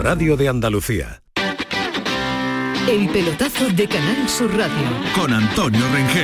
Radio de Andalucía. El pelotazo de Canal Sur Radio. Con Antonio Rengel.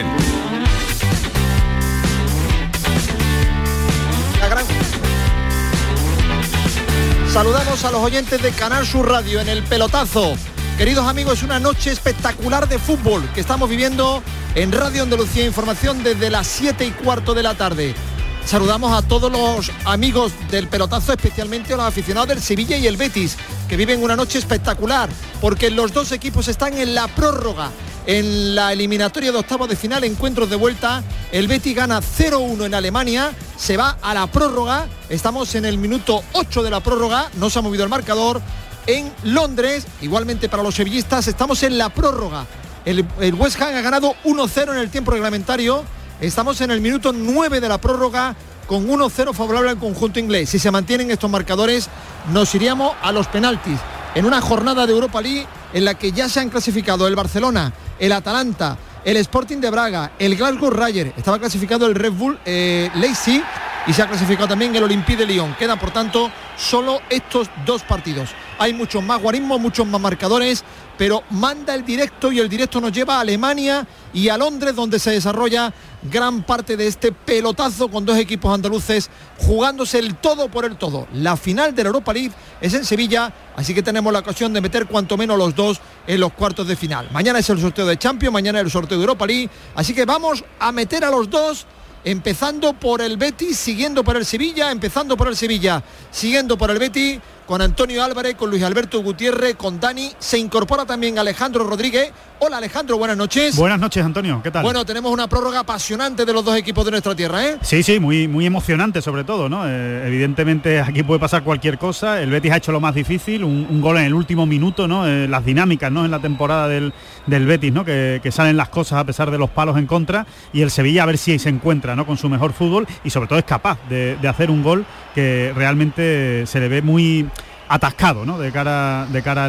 Saludamos a los oyentes de Canal Sur Radio en el pelotazo. Queridos amigos, es una noche espectacular de fútbol que estamos viviendo en Radio Andalucía Información desde las 7:15 de la tarde. Saludamos a todos los amigos del pelotazo, especialmente a los aficionados del Sevilla y el Betis, que viven una noche espectacular, porque los dos equipos están en la prórroga. En la eliminatoria de octavos de final, encuentros de vuelta, el Betis gana 0-1 en Alemania, se va a la prórroga, estamos en el minuto 8 de la prórroga, no se ha movido el marcador. En Londres, igualmente para los sevillistas, estamos en la prórroga. El West Ham ha ganado 1-0 en el tiempo reglamentario. Estamos en el minuto 9 de la prórroga con 1-0 favorable al conjunto inglés. Si se mantienen estos marcadores, nos iríamos a los penaltis. En una jornada de Europa League en la que ya se han clasificado el Barcelona, el Atalanta, el Sporting de Braga, el Glasgow Rangers, estaba clasificado el Red Bull Leipzig y se ha clasificado también el Olympique de Lyon. Quedan, por tanto, solo estos dos partidos. Hay muchos más guarismos, muchos más marcadores, pero manda el directo y el directo nos lleva a Alemania y a Londres, donde se desarrolla gran parte de este pelotazo con dos equipos andaluces jugándose el todo por el todo. La final de la Europa League es en Sevilla, así que tenemos la ocasión de meter cuanto menos los dos en los cuartos de final. Mañana es el sorteo de Champions, mañana es el sorteo de Europa League, así que vamos a meter a los dos, empezando por el Betis, siguiendo por el Sevilla, empezando por el Sevilla, siguiendo por el Betis, con Antonio Álvarez, con Luis Alberto Gutiérrez, con Dani. Se incorpora también Alejandro Rodríguez. Hola Alejandro, buenas noches. Buenas noches, Antonio, ¿qué tal? Bueno, tenemos una prórroga apasionante de los dos equipos de nuestra tierra, ¿eh? Sí, muy emocionante sobre todo, ¿no? Evidentemente aquí puede pasar cualquier cosa. El Betis ha hecho lo más difícil, un gol en el último minuto, ¿no? Las dinámicas, ¿no? En la temporada del Betis, ¿no? Que salen las cosas a pesar de los palos en contra, y el Sevilla a ver si se encuentra, ¿no? Con su mejor fútbol y sobre todo es capaz de hacer un gol que realmente se le ve muy atascado, ¿no? de cara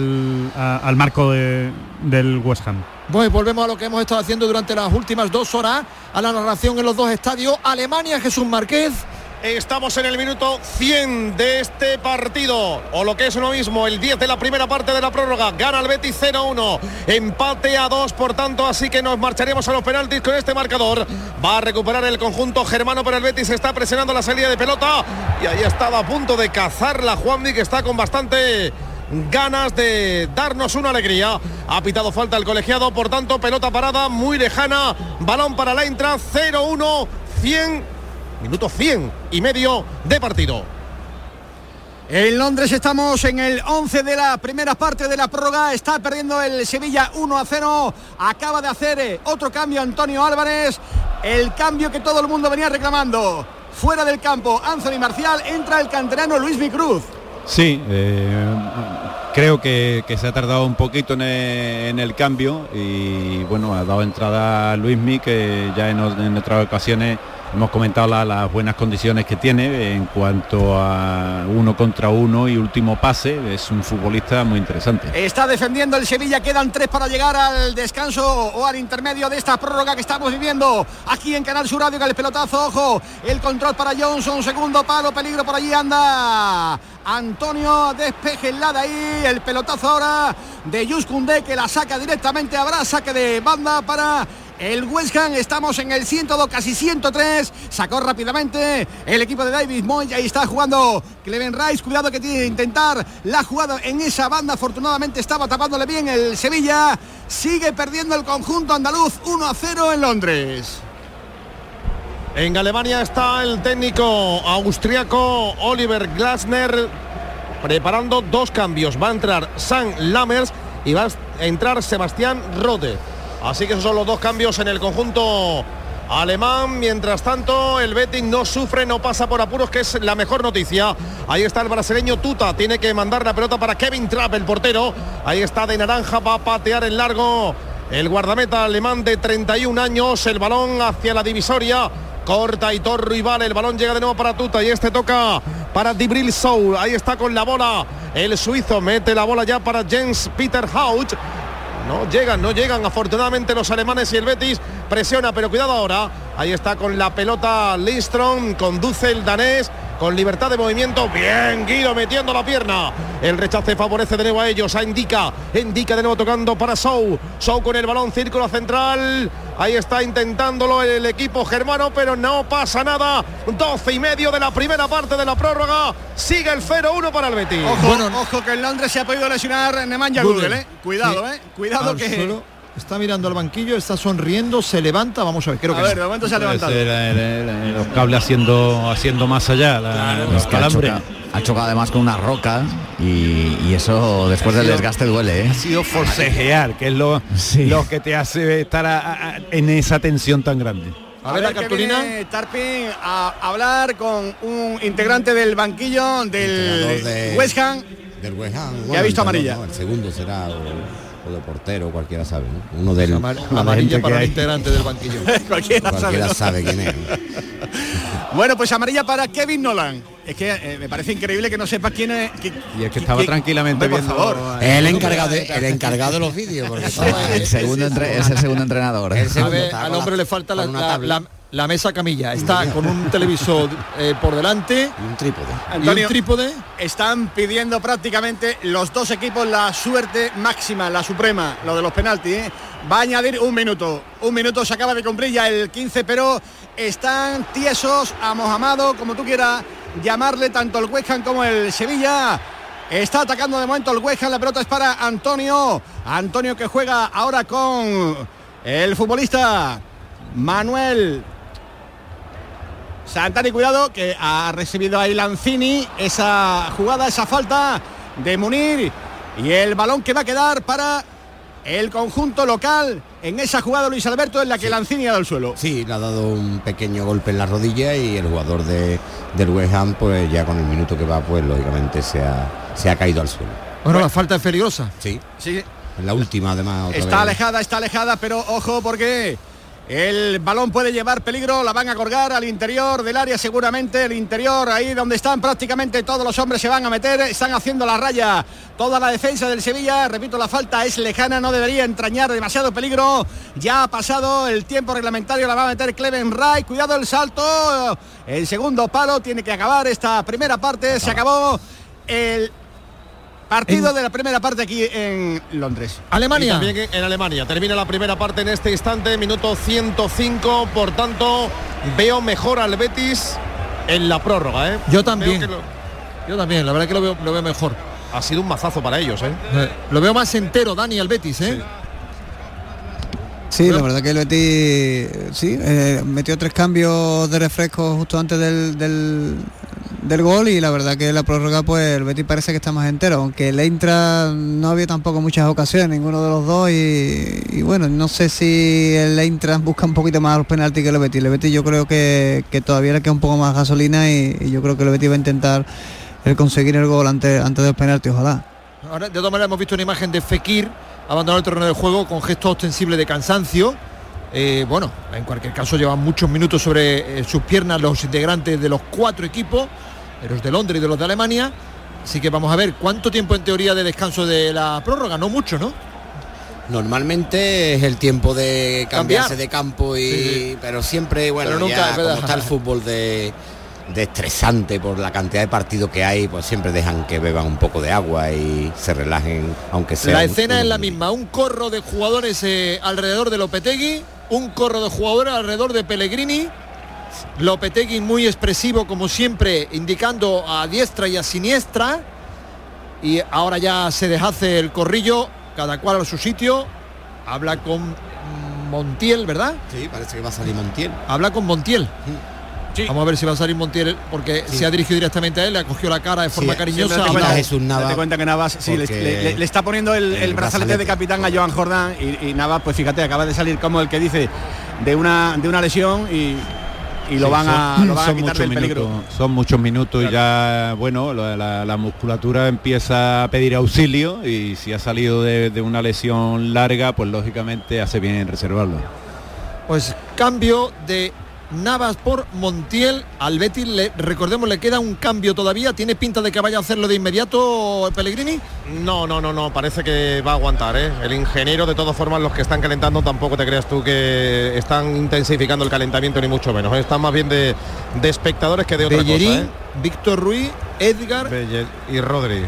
al marco del West Ham. Pues volvemos a lo que hemos estado haciendo durante las últimas 2 horas, a la narración en los dos estadios. Alemania, Jesús Márquez. Estamos en el minuto 100 de este partido, o lo que es lo mismo, el 10 de la primera parte de la prórroga. Gana el Betis 0-1, empate a 2, por tanto, así que nos marcharíamos a los penaltis con este marcador. Va a recuperar el conjunto germano, pero el Betis está presionando la salida de pelota y ahí estaba a punto de cazarla Juanmi, que está con bastante ganas de darnos una alegría. Ha pitado falta el colegiado, por tanto, pelota parada muy lejana, balón para la Eintracht. 0-1, 100. Minuto 100 y medio de partido. En Londres estamos en el 11 de la primera parte de la prórroga. Está perdiendo el Sevilla 1-0. Acaba de hacer otro cambio Antonio Álvarez. El cambio que todo el mundo venía reclamando. Fuera del campo, Anthony Marcial. Entra el canterano Luismi Cruz. Sí, creo que se ha tardado un poquito en el cambio. Y bueno, ha dado entrada a Luismi, que ya en otras ocasiones hemos comentado las buenas condiciones que tiene en cuanto a 1 contra 1 y último pase. Es un futbolista muy interesante. Está defendiendo el Sevilla, quedan 3 para llegar al descanso o al intermedio de esta prórroga que estamos viviendo aquí en Canal Sur Radio, con el pelotazo. Ojo, el control para Johnson, segundo palo, peligro por allí, anda Antonio, despeje el lado ahí, el pelotazo ahora de Jules Koundé, que la saca directamente. Habrá saque de banda para el West Ham. Estamos en el 102, casi 103. Sacó rápidamente el equipo de David Moyes. Ahí está jugando Cleven Rice. Cuidado que tiene que intentar la jugada en esa banda. Afortunadamente estaba tapándole bien el Sevilla. Sigue perdiendo el conjunto andaluz 1-0 en Londres. En Alemania está el técnico austriaco Oliver Glasner preparando 2 cambios. Va a entrar Sam Lammers y va a entrar Sebastián Rode. Así que esos son los 2 cambios en el conjunto alemán. Mientras tanto, el Betis no sufre, no pasa por apuros, que es la mejor noticia. Ahí está el brasileño Tuta, tiene que mandar la pelota para Kevin Trapp, el portero. Ahí está de naranja, va a patear en largo el guardameta alemán de 31 años. El balón hacia la divisoria, corta y Torro y vale, el balón llega de nuevo para Tuta y este toca para Dibril Soul. Ahí está con la bola el suizo, mete la bola ya para Jens Peter Haut. No llegan afortunadamente los alemanes, y el Betis presiona, pero cuidado ahora. Ahí está con la pelota Lindström, conduce el danés, con libertad de movimiento. Bien, Guido metiendo la pierna. El rechace favorece de nuevo a ellos, a Indica de nuevo tocando para Sou con el balón, círculo central. Ahí está intentándolo el equipo germano, pero no pasa nada. 12:30 de la primera parte de la prórroga. Sigue el 0-1 para el Betis. Ojo que en Londres se ha podido lesionar Nemanja Gödel, Cuidado, cuidado que... Suelo, está mirando al banquillo, está sonriendo, se levanta, vamos a ver, de momento se ha levantado. Los cables haciendo más allá, los calambres. Ha chocado además con una roca y eso después del desgaste duele. Ha sido forcejear, que es lo que te hace estar en esa tensión tan grande. A ver la cartulina. Tarpin a hablar con un integrante del banquillo del West Ham. Del West Ham. Que ha visto amarilla. No, el segundo será o de portero, cualquiera sabe, ¿no? Uno del amarilla para el integrante del banquillo. cualquiera sabe quién es. Bueno, pues amarilla para Kevin Nolan. Es que me parece increíble que no sepa quién es. Y es que estaba tranquilamente viendo. Por favor. El encargado de los vídeos. Porque es el segundo entrenador. Al hombre le falta la mesa camilla. Está con un televisor por delante y un trípode. Antonio, un trípode. Están pidiendo prácticamente los dos equipos la suerte máxima, la suprema, lo de los penaltis. Va a añadir un minuto. Un minuto se acaba de cumplir ya el 15, pero están tiesos, amojamados, como tú quieras llamarle, tanto el West Ham como el Sevilla. Está atacando de momento el West Ham, la pelota es para Antonio que juega ahora con el futbolista Manuel Santani, cuidado, que ha recibido ahí Lanzini esa jugada, esa falta de Munir, y el balón que va a quedar para el conjunto local en esa jugada, Luis Alberto, en la que Lanzini ha dado el suelo. Sí, le ha dado un pequeño golpe en la rodilla y el jugador del West Ham, pues ya con el minuto que va, pues lógicamente se ha caído al suelo. Bueno, la falta es peligrosa. Sí. En la última, además. Está alejada, pero ojo, porque el balón puede llevar peligro. La van a colgar al interior del área, seguramente. El interior, ahí donde están prácticamente todos los hombres, se van a meter. Están haciendo la raya toda la defensa del Sevilla. Repito, la falta es lejana, no debería entrañar demasiado peligro. Ya ha pasado el tiempo reglamentario, la va a meter Cleven Wright. Cuidado el salto. El segundo palo, tiene que acabar esta primera parte. Se acabó el partido de la primera parte aquí en Londres. Alemania. Y también en Alemania. Termina la primera parte en este instante, minuto 105. Por tanto, veo mejor al Betis en la prórroga. Yo también. Yo también, la verdad que lo veo mejor. Ha sido un mazazo para ellos. Lo veo más entero, Dani, al Betis. Sí, la verdad que el Betis metió 3 cambios de refresco justo antes del gol, y la verdad que en la prórroga pues el Betis parece que está más entero, aunque el Eintracht no había tampoco muchas ocasiones, ninguno de los dos, y bueno, no sé si el Eintracht busca un poquito más los penaltis que el Betis. El Betis yo creo que todavía le queda un poco más gasolina, y yo creo que el Betis va a intentar conseguir el gol antes de los penaltis, ojalá. Ahora, de todas maneras, hemos visto una imagen de Fekir abandonando el terreno de juego con gesto ostensible de cansancio. Bueno, en cualquier caso llevan muchos minutos sobre sus piernas los integrantes de los 4 equipos, de los de Londres y de los de Alemania. Así que vamos a ver cuánto tiempo en teoría de descanso de la prórroga. No mucho, ¿no? Normalmente es el tiempo de cambiarse de campo, pero siempre, bueno, pero nunca, ya como está el fútbol de estresante por la cantidad de partidos que hay, pues siempre dejan que beban un poco de agua y se relajen, aunque sea. La escena es la misma, un corro de jugadores alrededor de Lopetegui, un corro de jugadores alrededor de Pellegrini. Lopetegui muy expresivo como siempre, indicando a diestra y a siniestra, y ahora ya se deshace el corrillo, cada cual a su sitio. Habla con Montiel, ¿verdad? Sí, parece que va a salir Montiel. Habla con Montiel. Sí. Vamos a ver si va a salir Montiel, porque se ha dirigido directamente a él, le acogió la cara de forma cariñosa. Date cuenta que Navas le está poniendo el brazalete de capitán a Joan Jordan, y Navas, pues fíjate, acaba de salir como el que dice de una lesión, y lo van a quitar del peligro. Son muchos minutos, claro. Y ya, bueno, la musculatura empieza a pedir auxilio, y si ha salido de una lesión larga, pues lógicamente hace bien en reservarlo. Pues cambio de Navas por Montiel. Al Betis, recordemos, le queda un cambio todavía. ¿Tiene pinta de que vaya a hacerlo de inmediato Pellegrini? No, parece que va a aguantar, ¿eh? El ingeniero, de todas formas, los que están calentando, tampoco te creas tú que están intensificando el calentamiento, ni mucho menos. Están más bien de espectadores que de otra Bellerín, cosa, ¿eh? Víctor Ruiz, Edgar y Rodri.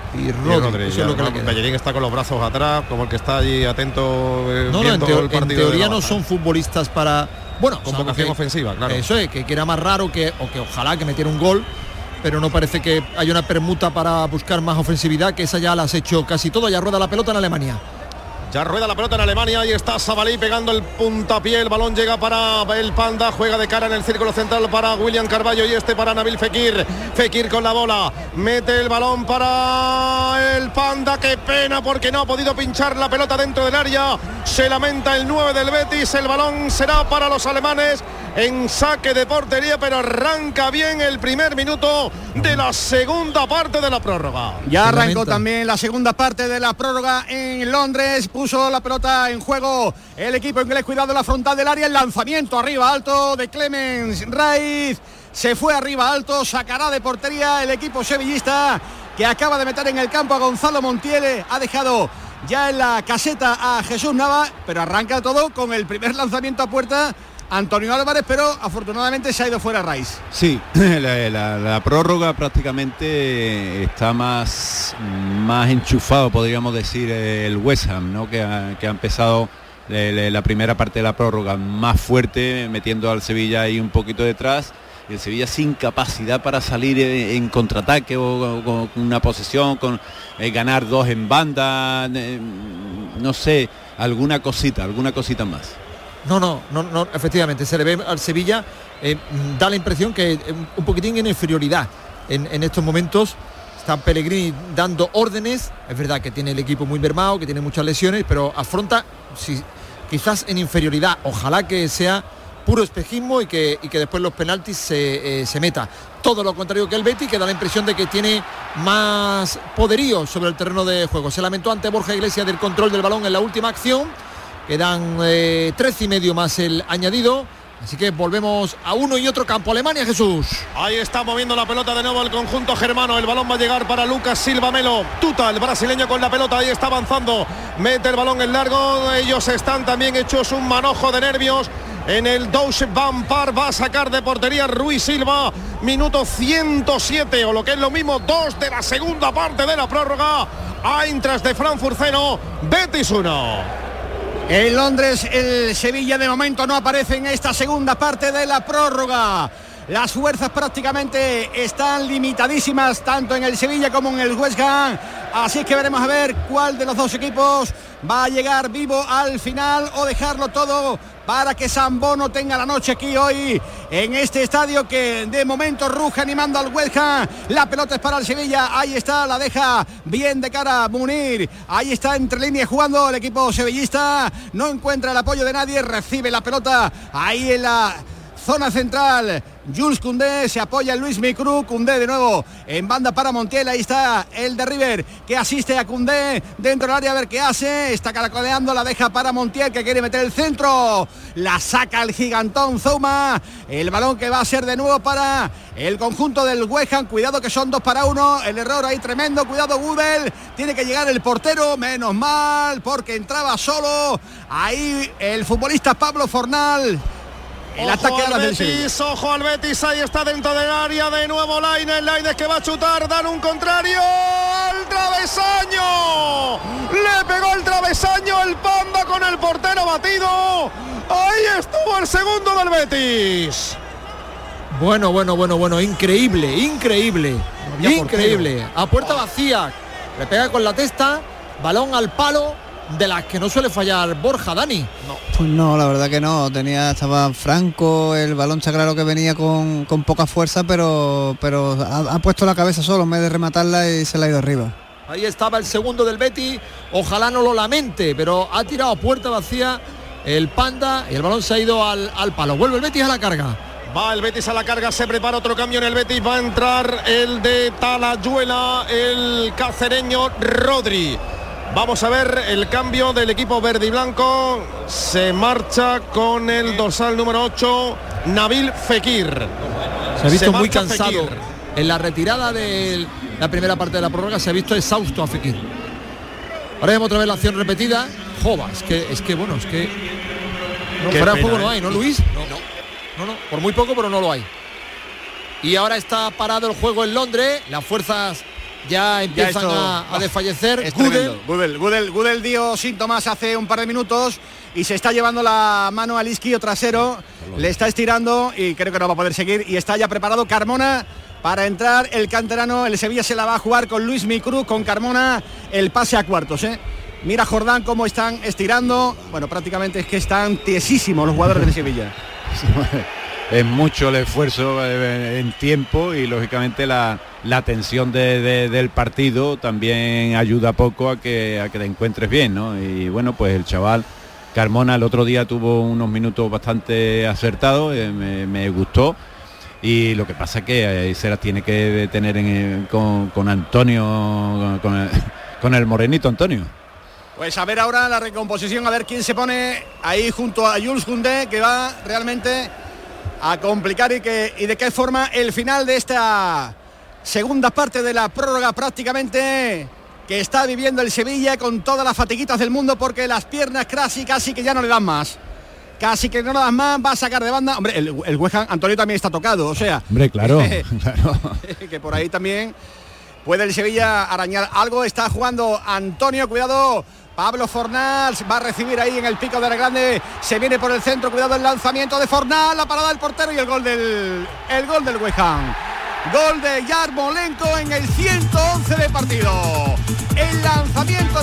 Bellerín está con los brazos atrás, como el que está allí atento viendo el partido. En teoría no son futbolistas para... Bueno, con vocación ofensiva, claro. Eso es, que era más raro que ojalá que metiera un gol, pero no parece que haya una permuta para buscar más ofensividad, que esa ya la has hecho casi todo. Ya rueda la pelota en Alemania. Ya rueda la pelota en Alemania, ahí está Sabalí pegando el puntapié, el balón llega para el Panda, juega de cara en el círculo central para William Carballo y para Nabil Fekir. Fekir con la bola, mete el balón para el Panda, qué pena porque no ha podido pinchar la pelota dentro del área, se lamenta el 9 del Betis, el balón será para los alemanes en saque de portería, pero arranca bien el primer minuto de la segunda parte de la prórroga. Ya arrancó también la segunda parte de la prórroga en Londres, puso la pelota en juego el equipo inglés, cuidado la frontal del área, el lanzamiento arriba alto de Clemens Raiz, se fue arriba alto, sacará de portería el equipo sevillista, que acaba de meter en el campo a Gonzalo Montiel, ha dejado ya en la caseta a Jesús Navas, pero arranca todo con el primer lanzamiento a puerta Antonio Álvarez, pero afortunadamente se ha ido fuera Raiz. Sí, la prórroga prácticamente está más enchufado, podríamos decir, el West Ham, ¿no? que ha empezado la primera parte de la prórroga más fuerte, metiendo al Sevilla ahí un poquito detrás, y el Sevilla sin capacidad para salir en contraataque o con una posesión, con ganar dos en banda, no sé, alguna cosita más. No, efectivamente, se le ve al Sevilla, da la impresión que un poquitín en inferioridad en estos momentos. Está Pellegrini dando órdenes, es verdad que tiene el equipo muy mermado, que tiene muchas lesiones, pero afronta quizás en inferioridad. Ojalá que sea puro espejismo y que después los penaltis se meta. Todo lo contrario que el Betis, que da la impresión de que tiene más poderío sobre el terreno de juego. Se lamentó ante Borja Iglesias del control del balón en la última acción. Quedan 13,5 más el añadido. Así que volvemos a uno y otro campo. Alemania, Jesús. Ahí está moviendo la pelota de nuevo el conjunto germano. El balón va a llegar para Lucas Silva Melo. Tuta, el brasileño con la pelota. Ahí está avanzando. Mete el balón en largo. Ellos están también hechos un manojo de nervios. En el Deutsche Bank Park va a sacar de portería Ruiz Silva. Minuto 107, o lo que es lo mismo, 2 de la segunda parte de la prórroga. Eintracht de Frankfurt 0, Betis 1. En Londres el Sevilla de momento no aparece en esta segunda parte de la prórroga. Las fuerzas prácticamente están limitadísimas tanto en el Sevilla como en el West Ham. Así es que veremos a ver cuál de los dos equipos va a llegar vivo al final o dejarlo todo para que San Bono tenga la noche aquí hoy en este estadio que de momento ruge animando al West Ham. La pelota es para el Sevilla, ahí está, la deja bien de cara Munir, ahí está entre líneas jugando el equipo sevillista, no encuentra el apoyo de nadie, recibe la pelota ahí en la zona central. Jules Koundé, se apoya en Luis Micru, Koundé de nuevo en banda para Montiel, ahí está el de River que asiste a Koundé dentro del área a ver qué hace, está caracoleando, la deja para Montiel que quiere meter el centro, la saca el gigantón Zouma, el balón que va a ser de nuevo para el conjunto del West Ham, cuidado que son 2 para 1, el error ahí tremendo, cuidado Gudel, tiene que llegar el portero, menos mal porque entraba solo, ahí el futbolista Pablo Fornal. El ataque a del Betis, ojo al Betis, ahí está dentro del área, de nuevo Lainez que va a chutar, dan un contrario, al travesaño, le pegó el travesaño el Panda con el portero batido, ahí estuvo el segundo del Betis. Bueno, increíble, a puerta vacía, le pega con la testa, balón al palo, de las que no suele fallar Borja, Dani. No. Pues no, la verdad que no, estaba franco, el balón está claro que venía con poca fuerza, pero ha puesto la cabeza solo en vez de rematarla y se la ha ido arriba. Ahí estaba el segundo del Betis, ojalá no lo lamente, pero ha tirado a puerta vacía el Panda y el balón se ha ido al palo. Vuelve el Betis a la carga. Va el Betis a la carga, se prepara otro cambio en el Betis, va a entrar el de Talayuela, el cacereño Rodri. Vamos a ver el cambio del equipo verde y blanco. Se marcha con el dorsal número 8 Nabil Fekir. Se ha visto muy marcha cansado. Fekir. En la retirada de la primera parte de la prórroga se ha visto exhausto a Fekir. Ahora vemos otra vez la acción repetida. Jova, es que bueno, es que no, fuera de juego no hay, ¿no, Luis? No, por muy poco, pero no lo hay. Y ahora está parado el juego en Londres, las fuerzas ya empiezan a desfallecer. Gudel dio síntomas hace un par de minutos y se está llevando la mano al isquio trasero, le está estirando y creo que no va a poder seguir, y está ya preparado Carmona para entrar el canterano. El Sevilla se la va a jugar con Luis Micru, con Carmona, el pase a cuartos, Mira Jordán cómo están estirando. Bueno, prácticamente es que están tiesísimos los jugadores del Sevilla. Es mucho el esfuerzo en tiempo y lógicamente la tensión del partido también ayuda poco a que te encuentres bien, ¿no? Y bueno, pues el chaval Carmona el otro día tuvo unos minutos bastante acertados, me gustó. Y lo que pasa es que se la tiene que tener con Antonio, con el morenito Antonio. Pues a ver ahora la recomposición, a ver quién se pone ahí junto a Jules Koundé, que va realmente a complicar y de qué forma el final de esta segunda parte de la prórroga prácticamente que está viviendo el Sevilla con todas las fatiguitas del mundo, porque las piernas casi que ya no le dan más. Casi que no le dan más, va a sacar de banda. Hombre, el West Ham, Antonio también está tocado, o sea. Hombre, claro. Que por ahí también puede el Sevilla arañar algo. Está jugando Antonio, cuidado. Pablo Fornals va a recibir ahí en el pico de la grande, se viene por el centro, cuidado el lanzamiento de Fornals, la parada del portero y el gol del West Ham. Gol de Yarmolenko en el 111 de partido. El lanzamiento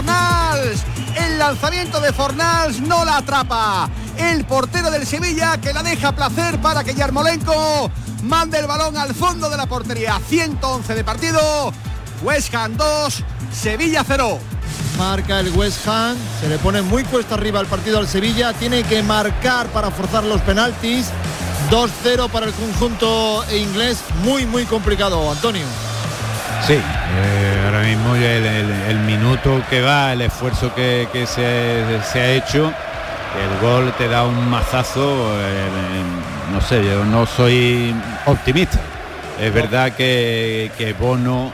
de Fornals no la atrapa el portero del Sevilla, que la deja placer para que Yarmolenko mande el balón al fondo de la portería. 111 de partido, West Ham 2, Sevilla 0. Marca el West Ham, se le pone muy cuesta arriba el partido al Sevilla, tiene que marcar para forzar los penaltis. 2-0 para el conjunto inglés, muy complicado, Antonio. Sí, ahora mismo el minuto que va, el esfuerzo que se ha hecho, el gol te da un mazazo, no sé, yo no soy optimista. Es verdad que Bono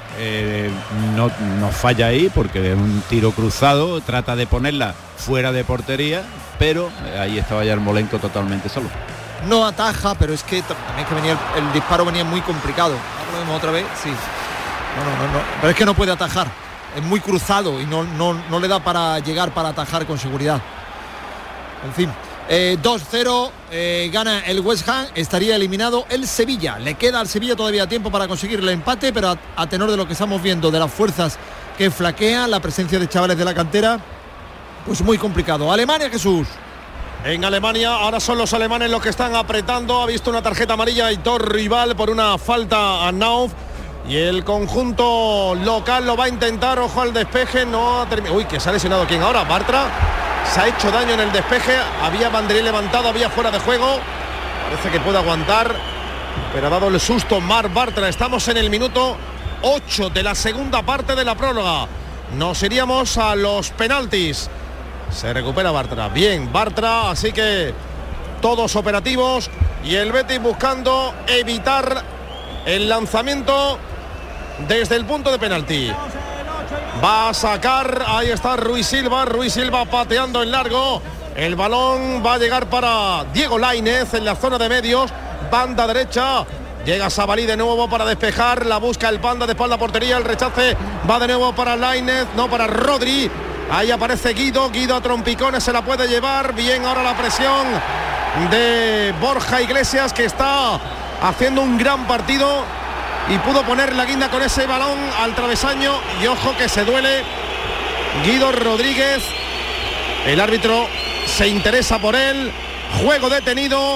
no falla ahí porque es un tiro cruzado, trata de ponerla fuera de portería, pero ahí estaba Yarmolenko totalmente solo. No ataja, pero es que también que venía el disparo venía muy complicado. Ahora lo vemos otra vez, sí. No. Pero es que no puede atajar. Es muy cruzado y no le da para llegar para atajar con seguridad. En fin. 2-0 gana el West Ham, estaría eliminado el Sevilla. Le queda al Sevilla todavía tiempo para conseguir el empate, pero a tenor de lo que estamos viendo, de las fuerzas que flaquean, la presencia de chavales de la cantera, pues muy complicado. Alemania, Jesús. En Alemania, ahora son los alemanes los que están apretando. Ha visto una tarjeta amarilla Aitor Rival por una falta a Nauf. Y el conjunto local lo va a intentar. Ojo al despeje, no ha terminado. Uy, que se ha lesionado quién ahora, Bartra. Se ha hecho daño en el despeje. Había banderín levantado, había fuera de juego. Parece que puede aguantar, pero ha dado el susto Marc Bartra. Estamos en el minuto 8 de la segunda parte de la prórroga. Nos iríamos a los penaltis. Se recupera Bartra. Bien, Bartra, así que todos operativos. Y el Betis buscando evitar el lanzamiento desde el punto de penalti. Va a sacar, ahí está Rui Silva pateando en largo. El balón va a llegar para Diego Lainez en la zona de medios, banda derecha. Llega Sabalí de nuevo para despejar, la busca el Panda de espalda a portería, el rechace va de nuevo para Lainez, no para Rodri. Ahí aparece Guido a trompicones, se la puede llevar. Bien, ahora la presión de Borja Iglesias, que está haciendo un gran partido y pudo poner la guinda con ese balón al travesaño. Y ojo que se duele Guido Rodríguez. El árbitro se interesa por él. Juego detenido.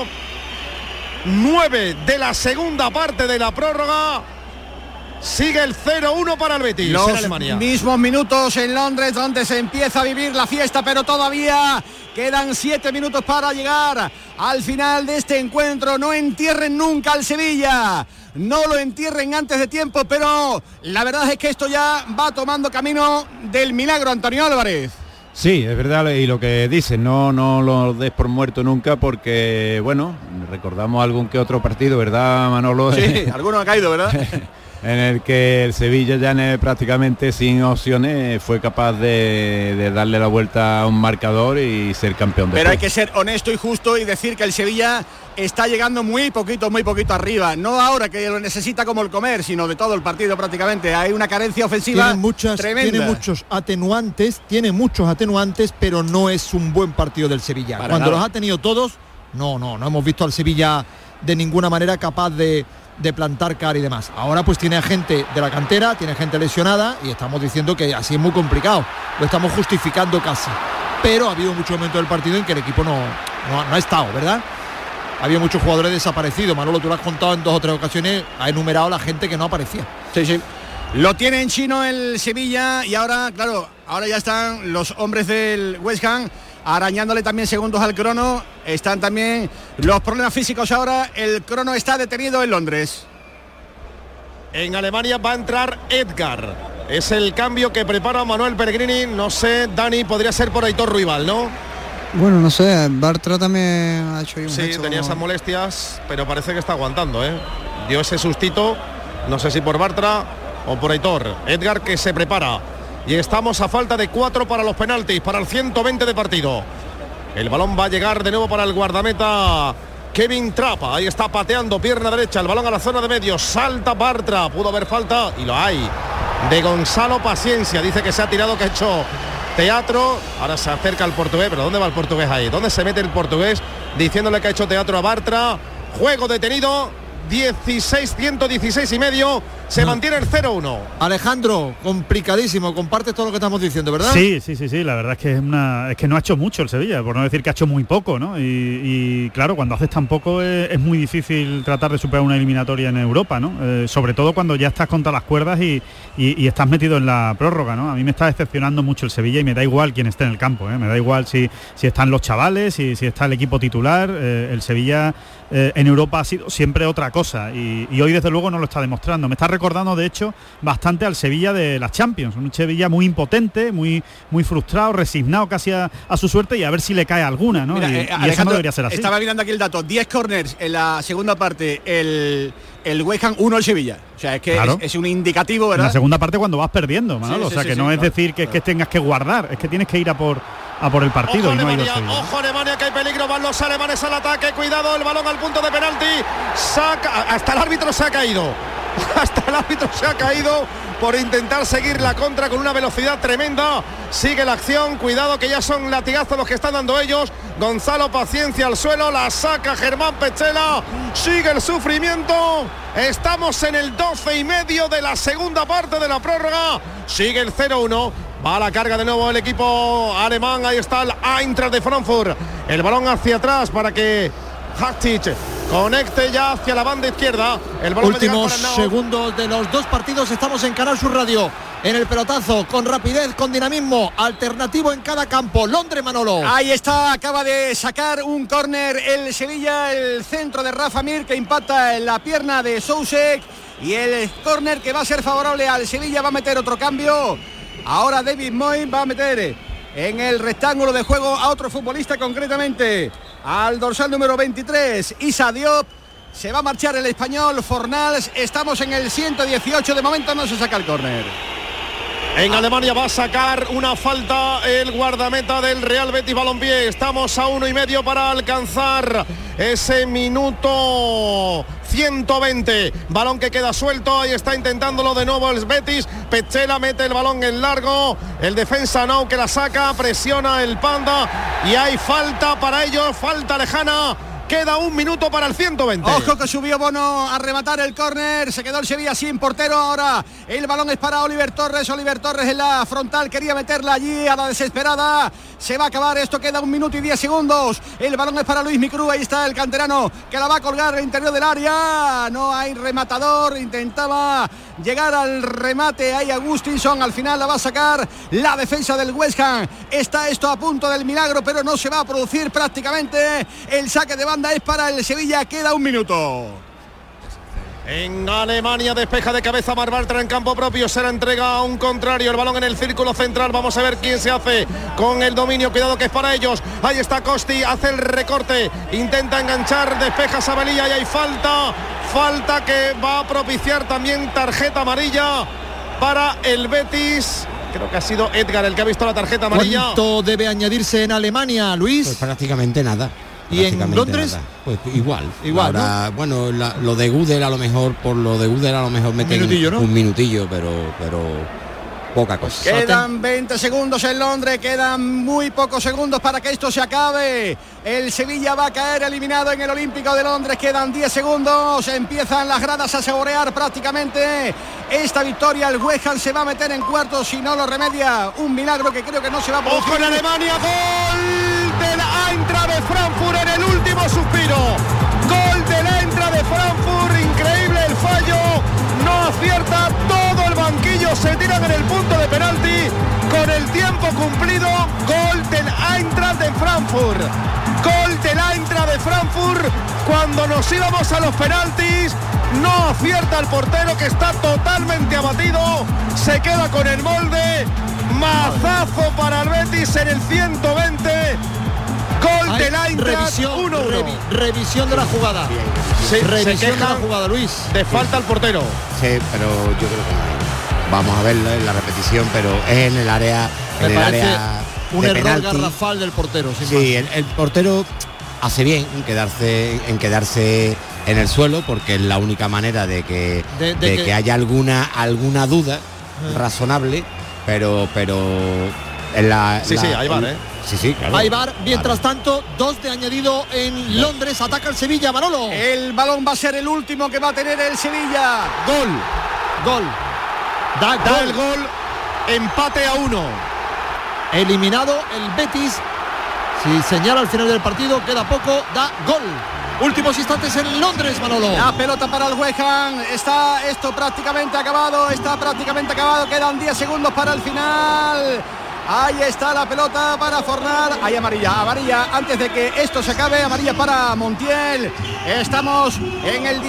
9 de la segunda parte de la prórroga. Sigue el 0-1 para el Betis. Los en Alemania. Mismos minutos en Londres, donde se empieza a vivir la fiesta, pero todavía quedan 7 minutos para llegar al final de este encuentro. No entierren nunca al Sevilla, no lo entierren antes de tiempo, pero la verdad es que esto ya va tomando camino del milagro, Antonio Álvarez. Sí, es verdad, y lo que dices, no lo des por muerto nunca, porque, bueno, recordamos algún que otro partido, ¿verdad, Manolo? Sí, alguno ha caído, ¿verdad? En el que el Sevilla ya prácticamente sin opciones fue capaz de darle la vuelta a un marcador y ser campeón. Pero hay que ser honesto y justo y decir que el Sevilla está llegando muy poquito arriba. No ahora que lo necesita como el comer, sino de todo el partido prácticamente. Hay una carencia ofensiva tremenda. Tiene muchos atenuantes, pero no es un buen partido del Sevilla. Cuando los ha tenido todos, no hemos visto al Sevilla de ninguna manera capaz de plantar cara y demás. Ahora pues tiene gente de la cantera, tiene gente lesionada y estamos diciendo que así es muy complicado. Lo estamos justificando casi. Pero ha habido muchos momentos del partido en que el equipo no ha estado, ¿verdad? Había muchos jugadores desaparecidos. Manolo, tú lo has contado en 2 o 3 ocasiones, ha enumerado la gente que no aparecía. Sí. Lo tiene en chino el Sevilla y ahora, claro, ahora ya están los hombres del West Ham arañándole también segundos al crono. Están también los problemas físicos ahora. El crono está detenido en Londres. En Alemania va a entrar Edgar. Es el cambio que prepara Manuel Pellegrini. No sé, Dani, podría ser por Aitor Ruibal, ¿no? Bueno, no sé, Bartra también ha hecho un gesto. Tenía esas molestias, pero parece que está aguantando, ¿eh? Dio ese sustito, no sé si por Bartra o por Aitor. Edgar que se prepara. Y estamos a falta de 4 para los penaltis, para el 120 de partido. El balón va a llegar de nuevo para el guardameta Kevin Trapp. Ahí está pateando, pierna derecha, el balón a la zona de medio. Salta Bartra, pudo haber falta, y lo hay, de Gonzalo Paciencia. Dice que se ha tirado, que ha hecho teatro. Ahora se acerca el portugués, pero ¿dónde va el portugués ahí? ¿Dónde se mete el portugués? Diciéndole que ha hecho teatro a Bartra. Juego detenido, 116 y medio. Se mantiene el 0-1. Alejandro, complicadísimo. Compartes todo lo que estamos diciendo, ¿verdad? Sí. La verdad es que no ha hecho mucho el Sevilla, por no decir que ha hecho muy poco, ¿no? Y claro, cuando haces tan poco es muy difícil tratar de superar una eliminatoria en Europa, ¿no? Sobre todo cuando ya estás contra las cuerdas y estás metido en la prórroga, ¿no? A mí me está decepcionando mucho el Sevilla y me da igual quién esté en el campo, ¿eh? Me da igual si están los chavales, si está el equipo titular. El Sevilla en Europa ha sido siempre otra cosa y hoy desde luego no lo está demostrando. Me está recordando de hecho bastante al Sevilla de las Champions, un Sevilla muy impotente, muy frustrado, resignado casi a su suerte y a ver si le cae alguna, ¿no? Mira, y eso no debería ser así. Estaba mirando aquí el dato, 10 corners en la segunda parte, el West Ham 1 el Sevilla. O sea, es que claro, es un indicativo, ¿verdad? En la segunda parte cuando vas perdiendo, Manolo, sí, o sea, que no es decir que tengas que guardar, es que tienes que ir a por el partido. Ojo, y no Alemania, ojo Alemania, que hay peligro, van los alemanes al ataque, cuidado, el balón al punto de penalti, saca, hasta el árbitro se ha caído. Hasta el árbitro se ha caído por intentar seguir la contra con una velocidad tremenda. Sigue la acción, cuidado que ya son latigazos los que están dando ellos. Gonzalo Paciencia al suelo, la saca Germán Pechela, sigue el sufrimiento. Estamos en el 12 y medio de la segunda parte de la prórroga. Sigue el 0-1. Va a la carga de nuevo el equipo alemán. Ahí está el Eintracht de Frankfurt. El balón hacia atrás para que Hatic conecte ya hacia la banda izquierda. El balón últimos segundos de los 2 partidos. Estamos en Canal Sur Radio, en el pelotazo, con rapidez, con dinamismo, alternativo en cada campo. Londres, Manolo. Ahí está, acaba de sacar un córner el Sevilla, el centro de Rafa Mir que impacta en la pierna de Soucek, y el córner que va a ser favorable al Sevilla. Va a meter otro cambio. Ahora David Moyes va a meter en el rectángulo de juego a otro futbolista, concretamente al dorsal número 23, Issa Diop. Se va a marchar el español Fornals. Estamos en el 118, de momento no se saca el córner. En Alemania va a sacar una falta el guardameta del Real Betis Balompié. Estamos a 1,5 para alcanzar ese minuto 120. Balón que queda suelto, ahí está intentándolo de nuevo el Betis. Pechela mete el balón en largo, el defensa Nau que la saca, presiona el Panda y hay falta para ellos, falta lejana. Queda 1 minuto para el 120. Ojo que subió Bono a rematar el córner. Se quedó el Sevilla sin portero. Ahora el balón es para Oliver Torres. Oliver Torres en la frontal. Quería meterla allí a la desesperada. Se va a acabar esto. Queda 1 minuto y 10 segundos. El balón es para Luis Micru. Ahí está el canterano que la va a colgar al interior del área. No hay rematador. Intentaba llegar al remate. Ahí Agustinson. Al final la va a sacar la defensa del West Ham. Está esto a punto del milagro, pero no se va a producir prácticamente. El saque de banda es para el Sevilla. Queda 1 minuto. En Alemania despeja de cabeza Mar Bartra en campo propio, se la entrega a un contrario, el balón en el círculo central, vamos a ver quién se hace con el dominio, cuidado que es para ellos, ahí está Costi, hace el recorte, intenta enganchar, despeja Sabelilla y hay falta que va a propiciar también tarjeta amarilla para el Betis. Creo que ha sido Edgar el que ha visto la tarjeta amarilla. ¿Cuánto debe añadirse en Alemania, Luis? Pues prácticamente nada. ¿Y en Londres? Nada. Pues igual. Ahora, ¿no? Bueno, lo de Gudel a lo mejor, meten un minutillo, pero poca cosa. Quedan 20 segundos en Londres, quedan muy pocos segundos para que esto se acabe. El Sevilla va a caer eliminado en el Olímpico de Londres, quedan 10 segundos, empiezan las gradas a saborear prácticamente esta victoria. El West Ham se va a meter en cuartos si no lo remedia, un milagro que creo que no se va a producir. ¡Ojo en Alemania! ¡Gol del Eintracht de Frankfurt en el último suspiro! ¡Gol del Eintracht de Frankfurt! Increíble el fallo, no acierta, todo el banquillo se tiran en el punto de penalti con el tiempo cumplido. Gol del Eintracht de Frankfurt, gol del Eintracht de Frankfurt. Cuando nos íbamos a los penaltis, no acierta el portero, que está totalmente abatido, se queda con el molde. Mazazo para el Betis en el 120. Gol del Eintracht, 1-1. Revisión de la jugada. Revisión de la jugada, Luis. De falta al portero. Sí, pero yo creo que no hay. Vamos a verlo en la repetición, pero es en el área. Me parece un error penalti. garrafal del portero. Sí, el portero hace bien en quedarse en el suelo, porque es la única manera de que haya alguna duda razonable, pero en la. Sí, hay VAR, ¿eh? Sí, claro. Hay VAR. Mientras tanto, 2 de añadido en Londres. Ataca el Sevilla, Manolo. El balón va a ser el último que va a tener el Sevilla. Gol. Da el gol. Empate a 1. Eliminado el Betis. Si señala al final del partido, queda poco, da gol. Últimos instantes en Londres, Manolo. La pelota para el West Ham. Está esto prácticamente acabado. Quedan 10 segundos para el final. Ahí está la pelota para Fornal. Hay amarilla antes de que esto se acabe. Amarilla para Montiel. Estamos en el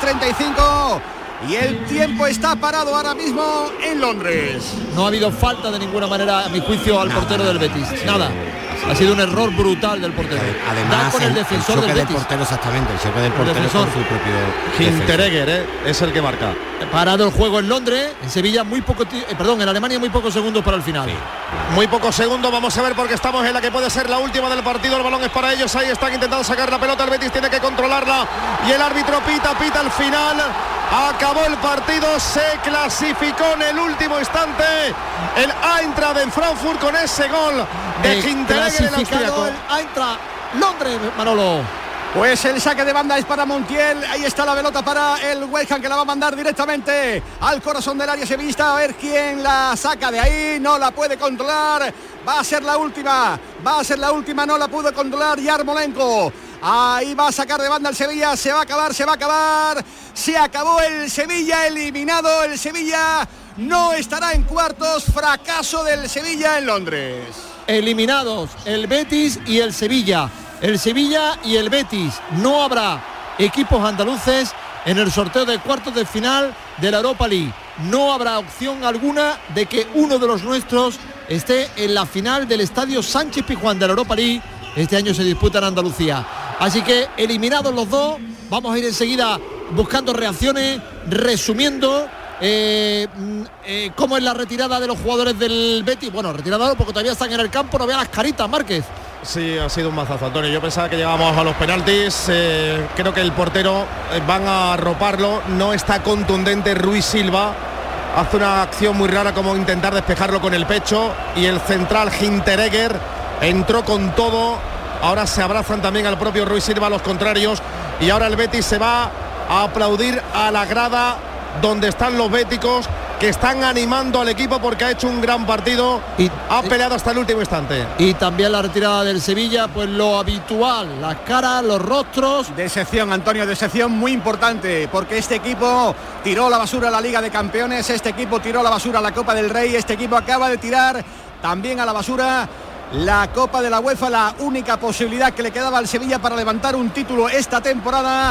16:35 y el tiempo está parado ahora mismo en Londres. No ha habido falta de ninguna manera, a mi juicio, al portero del Betis. Nada. Ha sido un error brutal del portero. Además, con el defensor del Betis. Portero, exactamente, el choque del portero con su propio Hinteregger, es el que marca. Parado el juego en Londres, en Sevilla en Alemania muy pocos segundos para el final. Sí. Muy pocos segundos, vamos a ver, porque estamos en la que puede ser la última del partido. El balón es para ellos, ahí están intentando sacar la pelota, el Betis tiene que controlarla y el árbitro pita al final. Acabó el partido, se clasificó en el último instante el Eintracht de Frankfurt con ese gol de Hinteregger, el austríaco. El Eintracht Londres, Manolo. Pues el saque de banda es para Montiel. Ahí está la pelota para el West Ham, que la va a mandar directamente al corazón del área sevillista. A ver quién la saca de ahí. No la puede controlar. Va a ser la última. No la pudo controlar Yarmolenko. Ahí va a sacar de banda el Sevilla. Se va a acabar. Se acabó el Sevilla, eliminado. El Sevilla no estará en cuartos. Fracaso del Sevilla en Londres. Eliminados el Betis y el Sevilla. El Sevilla y el Betis. No habrá equipos andaluces en el sorteo de cuartos de final de la Europa League. No habrá opción alguna de que uno de los nuestros esté en la final del estadio Sánchez Pizjuán de la Europa League. Este año se disputa en Andalucía. Así que eliminados los dos, vamos a ir enseguida buscando reacciones, resumiendo cómo es la retirada de los jugadores del Betis. Bueno, retirada porque todavía están en el campo, no vean las caritas, Márquez. Sí, ha sido un mazazo, Antonio. Yo pensaba que llegábamos a los penaltis. Creo que el portero van a arroparlo. No está contundente Ruiz Silva. Hace una acción muy rara como intentar despejarlo con el pecho. Y el central Hinteregger entró con todo. Ahora se abrazan también al propio Ruiz Silva los contrarios. Y ahora el Betis se va a aplaudir a la grada donde están los béticos, que están animando al equipo porque ha hecho un gran partido y ha peleado hasta el último instante. Y también la retirada del Sevilla, pues lo habitual, las caras, los rostros. Decepción, Antonio, decepción muy importante, porque este equipo tiró la basura a la Liga de Campeones, este equipo tiró la basura a la Copa del Rey, este equipo acaba de tirar también a la basura la Copa de la UEFA, la única posibilidad que le quedaba al Sevilla para levantar un título esta temporada.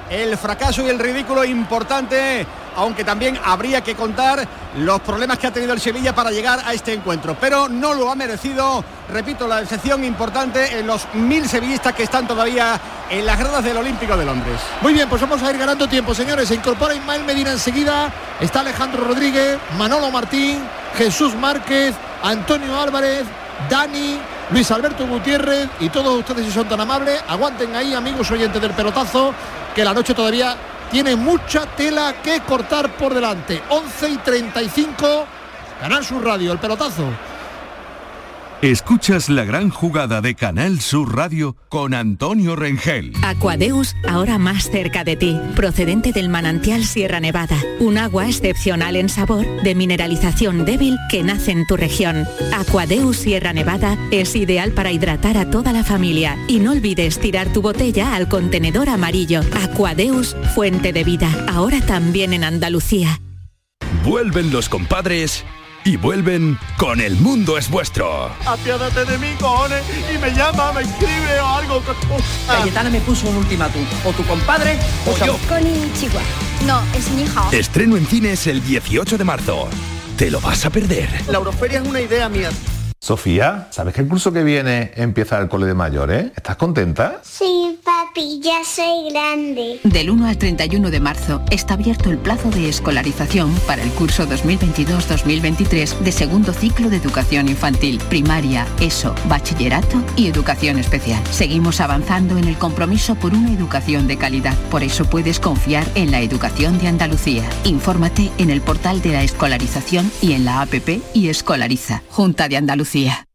el fracaso y el ridículo importante, aunque también habría que contar los problemas que ha tenido el Sevilla para llegar a este encuentro, pero no lo ha merecido. Repito, la decepción importante en los 1000 sevillistas que están todavía en las gradas del Olímpico de Londres. Muy bien, pues vamos a ir ganando tiempo, señores. Se incorpora Ismael Medina enseguida, está Alejandro Rodríguez, Manolo Martín, Jesús Márquez, Antonio Álvarez, Dani, Luis Alberto Gutiérrez y todos ustedes, si son tan amables, aguanten ahí, amigos oyentes del Pelotazo, que la noche todavía tiene mucha tela que cortar por delante. 11:35, Canal Sur Radio, el Pelotazo. Escuchas la gran jugada de Canal Sur Radio con Antonio Rengel. Aquadeus, ahora más cerca de ti, procedente del manantial Sierra Nevada, un agua excepcional en sabor, de mineralización débil que nace en tu región. Aquadeus Sierra Nevada es ideal para hidratar a toda la familia y no olvides tirar tu botella al contenedor amarillo. Aquadeus, fuente de vida, ahora también en Andalucía. Vuelven los compadres y vuelven con El Mundo es Vuestro. Apiádate de mí, cojones, y me llama, me escribe o algo. Cayetana me puso un ultimátum, o tu compadre o yo. Konnichiwa. No, es mi hija. Estreno en cines el 18 de marzo. ¿Te lo vas a perder? La Euroferia es una idea mía. Sofía, ¿sabes que el curso que viene empieza el cole de mayores? ¿Estás contenta? Sí, papi, ya soy grande. Del 1 al 31 de marzo está abierto el plazo de escolarización para el curso 2022-2023 de segundo ciclo de educación infantil, primaria, ESO, bachillerato y educación especial. Seguimos avanzando en el compromiso por una educación de calidad. Por eso puedes confiar en la educación de Andalucía. Infórmate en el portal de la escolarización y en la APP y Escolariza, Junta de Andalucía.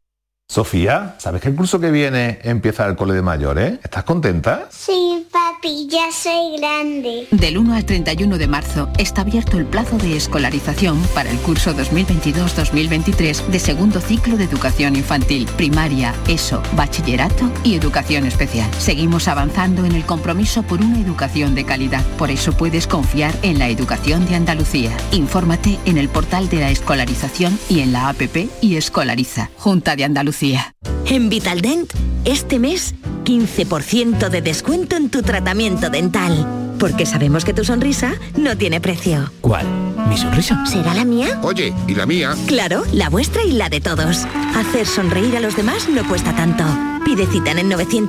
Sofía, ¿sabes que el curso que viene empieza el cole de mayores? ¿Estás contenta? Sí, papi, ya soy grande. Del 1 al 31 de marzo está abierto el plazo de escolarización para el curso 2022-2023 de segundo ciclo de educación infantil, primaria, ESO, bachillerato y educación especial. Seguimos avanzando en el compromiso por una educación de calidad. Por eso puedes confiar en la educación de Andalucía. Infórmate en el portal de la escolarización y en la APP y Escolariza, Junta de Andalucía. En Vitaldent, este mes, 15% de descuento en tu tratamiento dental. Porque sabemos que tu sonrisa no tiene precio. ¿Cuál? ¿Mi sonrisa? ¿Será la mía? Oye, ¿y la mía? Claro, la vuestra y la de todos. Hacer sonreír a los demás no cuesta tanto. Pide cita en el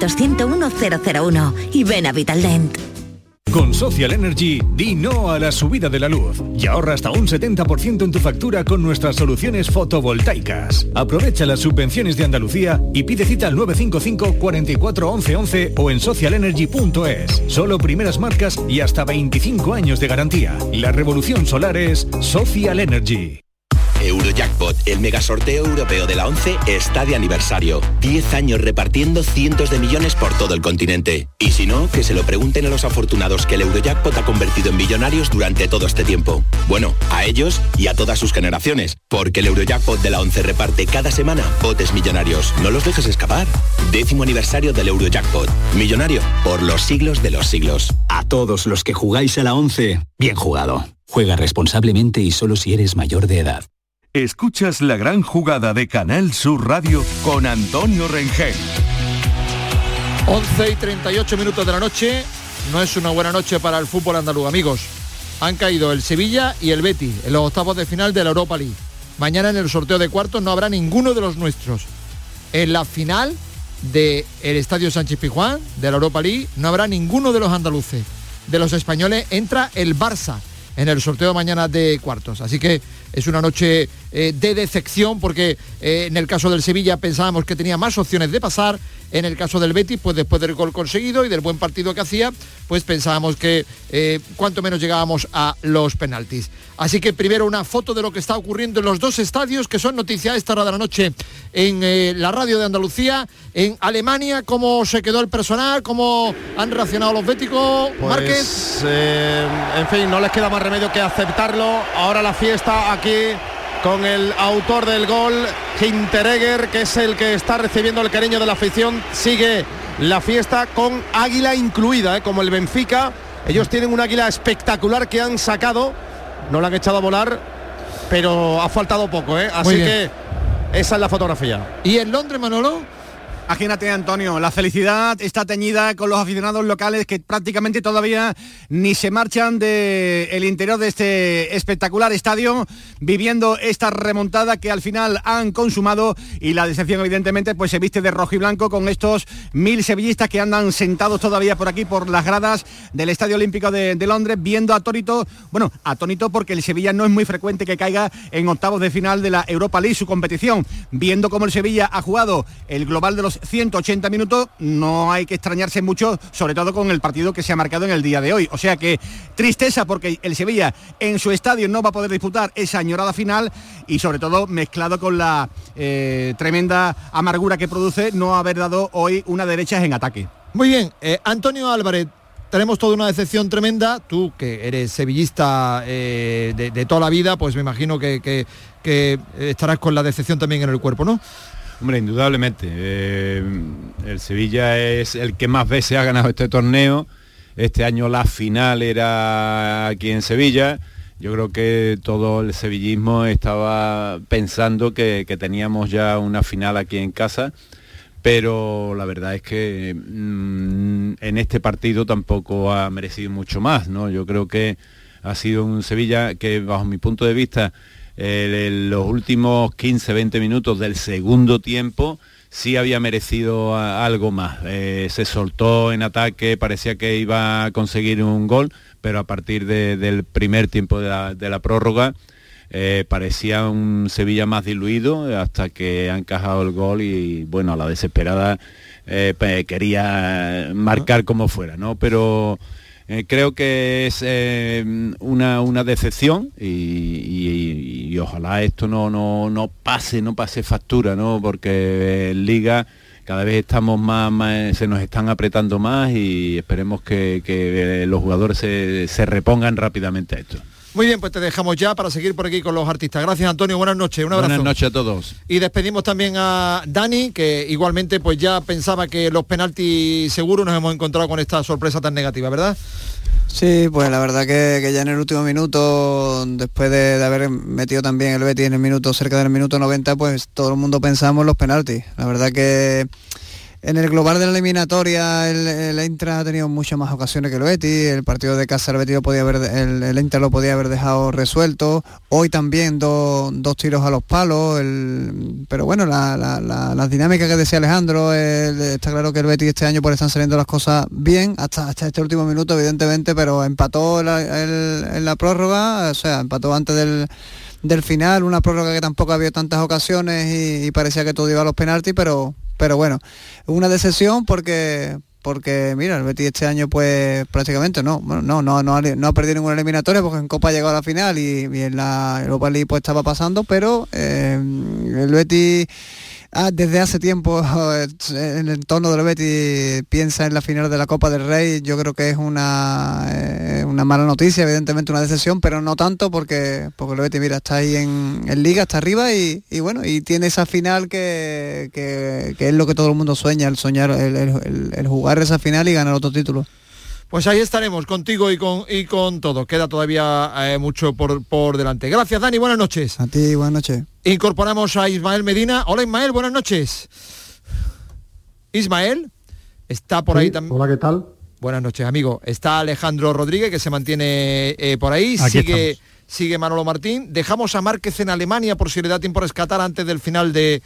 900-101-001 y ven a Vitaldent. Con Social Energy, di no a la subida de la luz y ahorra hasta un 70% en tu factura con nuestras soluciones fotovoltaicas. Aprovecha las subvenciones de Andalucía y pide cita al 955 44 11 11 o en socialenergy.es. Solo primeras marcas y hasta 25 años de garantía. La revolución solar es Social Energy. Eurojackpot, el mega sorteo europeo de la 11, está de aniversario. 10 años repartiendo cientos de millones por todo el continente. Y si no, que se lo pregunten a los afortunados que el Eurojackpot ha convertido en millonarios durante todo este tiempo. Bueno, a ellos y a todas sus generaciones, porque el Eurojackpot de la 11 reparte cada semana botes millonarios. No los dejes escapar. 10º aniversario del Eurojackpot. Millonario por los siglos de los siglos. A todos los que jugáis a la 11, bien jugado. Juega responsablemente y solo si eres mayor de edad. Escuchas la gran jugada de Canal Sur Radio con Antonio Rengel. 11:38 de la noche. No es una buena noche para el fútbol andaluz, amigos. Han caído el Sevilla y el Betis en los octavos de final de la Europa League. Mañana en el sorteo de cuartos no habrá ninguno de los nuestros. En la final del Estadio Sánchez Pizjuán de la Europa League no habrá ninguno de los andaluces. De los españoles entra el Barça en el sorteo mañana de cuartos. Así que es una noche de decepción porque en el caso del Sevilla pensábamos que tenía más opciones de pasar. En el caso del Betis, pues después del gol conseguido y del buen partido que hacía, pues pensábamos que cuanto menos llegábamos a los penaltis. Así que primero una foto de lo que está ocurriendo en los dos estadios que son noticia a esta hora de la noche en la radio de Andalucía. En Alemania, cómo se quedó el personal, cómo han reaccionado los béticos, pues, Márquez. En fin, no les queda más remedio que aceptarlo. Ahora la fiesta aquí con el autor del gol, Hinteregger, que es el que está recibiendo el cariño de la afición. Sigue la fiesta con águila incluida, como el Benfica. Ellos tienen un águila espectacular que han sacado, no la han echado a volar, pero ha faltado poco, así que esa es la fotografía. ¿Y en Londres, Manolo? Imagínate, Antonio, la felicidad está teñida con los aficionados locales que prácticamente todavía ni se marchan del interior de este espectacular estadio, viviendo esta remontada que al final han consumado, y la decepción evidentemente pues se viste de rojo y blanco con estos 1000 sevillistas que andan sentados todavía por aquí, por las gradas del Estadio Olímpico de Londres, viendo atónito porque el Sevilla no es muy frecuente que caiga en octavos de final de la Europa League, su competición, viendo cómo el Sevilla ha jugado el global de los 180 minutos, no hay que extrañarse mucho, sobre todo con el partido que se ha marcado en el día de hoy. O sea que tristeza porque el Sevilla en su estadio no va a poder disputar esa añorada final, y sobre todo mezclado con la tremenda amargura que produce no haber dado hoy una derecha en ataque. Muy bien, Antonio Álvarez, tenemos toda una decepción tremenda. Tú, que eres sevillista de toda la vida, pues me imagino que estarás con la decepción también en el cuerpo, ¿no? Hombre, indudablemente. El Sevilla es el que más veces ha ganado este torneo. Este año la final era aquí en Sevilla. Yo creo que todo el sevillismo estaba pensando que teníamos ya una final aquí en casa, pero la verdad es que en este partido tampoco ha merecido mucho más, ¿no? Yo creo que ha sido un Sevilla que, bajo mi punto de vista, los últimos 15-20 minutos del segundo tiempo sí había merecido algo más. Se soltó en ataque, parecía que iba a conseguir un gol, pero a partir del primer tiempo de la prórroga parecía un Sevilla más diluido, hasta que ha encajado el gol y bueno, a la desesperada quería marcar como fuera, ¿no? Pero creo que es una decepción y ojalá esto no pase factura, ¿no? Porque en Liga cada vez estamos más, se nos están apretando más, y esperemos que los jugadores se repongan rápidamente a esto. Muy bien, pues te dejamos ya para seguir por aquí con los artistas. Gracias, Antonio, buenas noches, un abrazo. Buenas noches a todos. Y despedimos también a Dani, que igualmente pues ya pensaba que los penaltis seguros, nos hemos encontrado con esta sorpresa tan negativa, ¿verdad? Sí, pues la verdad que ya en el último minuto, después de haber metido también el Betis en el minuto, cerca del minuto 90, pues todo el mundo pensamos en los penaltis. La verdad que en el global de la eliminatoria el Inter ha tenido muchas más ocasiones que el Betis. El partido de casa el Betis el Inter lo podía haber dejado resuelto. Hoy también dos tiros a los palos. Pero bueno, la dinámica que decía Alejandro, está claro que el Betis este año pues están saliendo las cosas bien, hasta este último minuto evidentemente, pero empató en la prórroga, o sea, empató antes del final, una prórroga que tampoco había tantas ocasiones y parecía que todo iba a los penaltis, pero bueno, una decepción porque mira, el Betis este año pues prácticamente no ha perdido ninguna eliminatoria, porque en Copa ha llegado a la final y en la Europa League pues estaba pasando, pero el Betis desde hace tiempo en el entorno del Betis piensa en la final de la Copa del Rey. Yo creo que es una mala noticia, evidentemente una decepción, pero no tanto porque el Betis, mira, está ahí en Liga, está arriba y bueno, y tiene esa final que es lo que todo el mundo sueña, el soñar, el jugar esa final y ganar otro título. Pues ahí estaremos contigo y con todo. Queda todavía mucho por delante. Gracias, Dani, buenas noches. A ti, buenas noches. Incorporamos a Ismael Medina. Hola, Ismael, buenas noches. Ismael, está por ahí también. Hola, ¿qué tal? Buenas noches, amigo. Está Alejandro Rodríguez, que se mantiene por ahí. Sigue Manolo Martín. Dejamos a Márquez en Alemania por si le da tiempo a rescatar antes del final de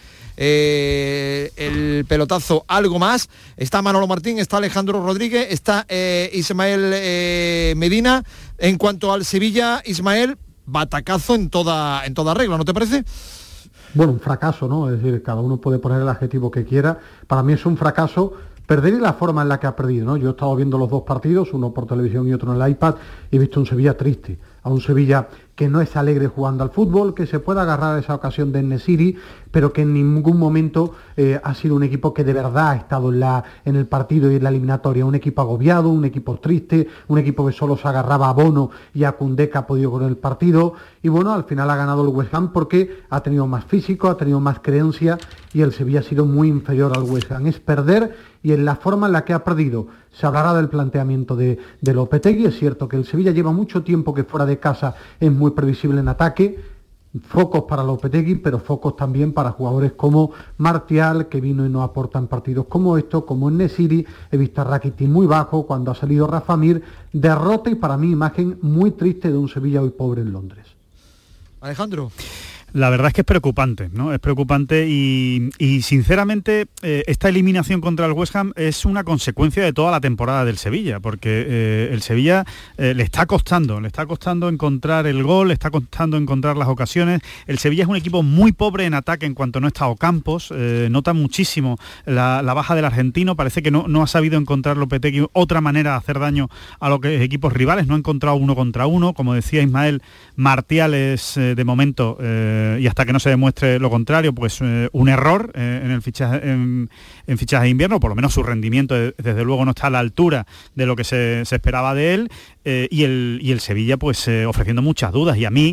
el pelotazo algo más. Está Manolo Martín, está Alejandro Rodríguez, está Ismael Medina. En cuanto al Sevilla, Ismael, batacazo en toda regla, ¿no te parece? Bueno, un fracaso, ¿no? Es decir, cada uno puede poner el adjetivo que quiera. Para mí es un fracaso perder y la forma en la que ha perdido, ¿no? Yo he estado viendo los dos partidos, uno por televisión y otro en el iPad, y he visto un Sevilla triste, a un Sevilla que no es alegre jugando al fútbol, que se puede agarrar a esa ocasión de En-Nesyri, pero que en ningún momento ha sido un equipo que de verdad ha estado en el partido y en la eliminatoria, un equipo agobiado, un equipo triste, un equipo que solo se agarraba a Bono y a Koundé, que ha podido con el partido, y bueno, al final ha ganado el West Ham porque ha tenido más físico, ha tenido más creencia, y el Sevilla ha sido muy inferior al West Ham. Es perder, y en la forma en la que ha perdido se hablará del planteamiento de Lopetegui. Es cierto que el Sevilla lleva mucho tiempo que fuera de casa es muy previsible en ataque, Focos para Lopetegui, pero focos también para jugadores como Martial, que vino y no aportan partidos como estos, como En-Nesyri. He visto a Rakitic muy bajo cuando ha salido Rafa Mir. Derrota y para mí imagen muy triste de un Sevilla hoy pobre en Londres. Alejandro. La verdad es que es preocupante, ¿no? Es preocupante y sinceramente esta eliminación contra el West Ham es una consecuencia de toda la temporada del Sevilla, porque el Sevilla le está costando encontrar el gol, le está costando encontrar las ocasiones. El Sevilla es un equipo muy pobre en ataque en cuanto no está Ocampos, nota muchísimo la baja del argentino, parece que no ha sabido encontrar Lopetegui otra manera de hacer daño a los equipos rivales, no ha encontrado uno contra uno, como decía Ismael, Martial es de momento... y hasta que no se demuestre lo contrario, pues un error en el fichaje en fichaje de invierno, por lo menos su rendimiento desde luego no está a la altura de lo que se esperaba de él, y el Sevilla pues ofreciendo muchas dudas, y a mí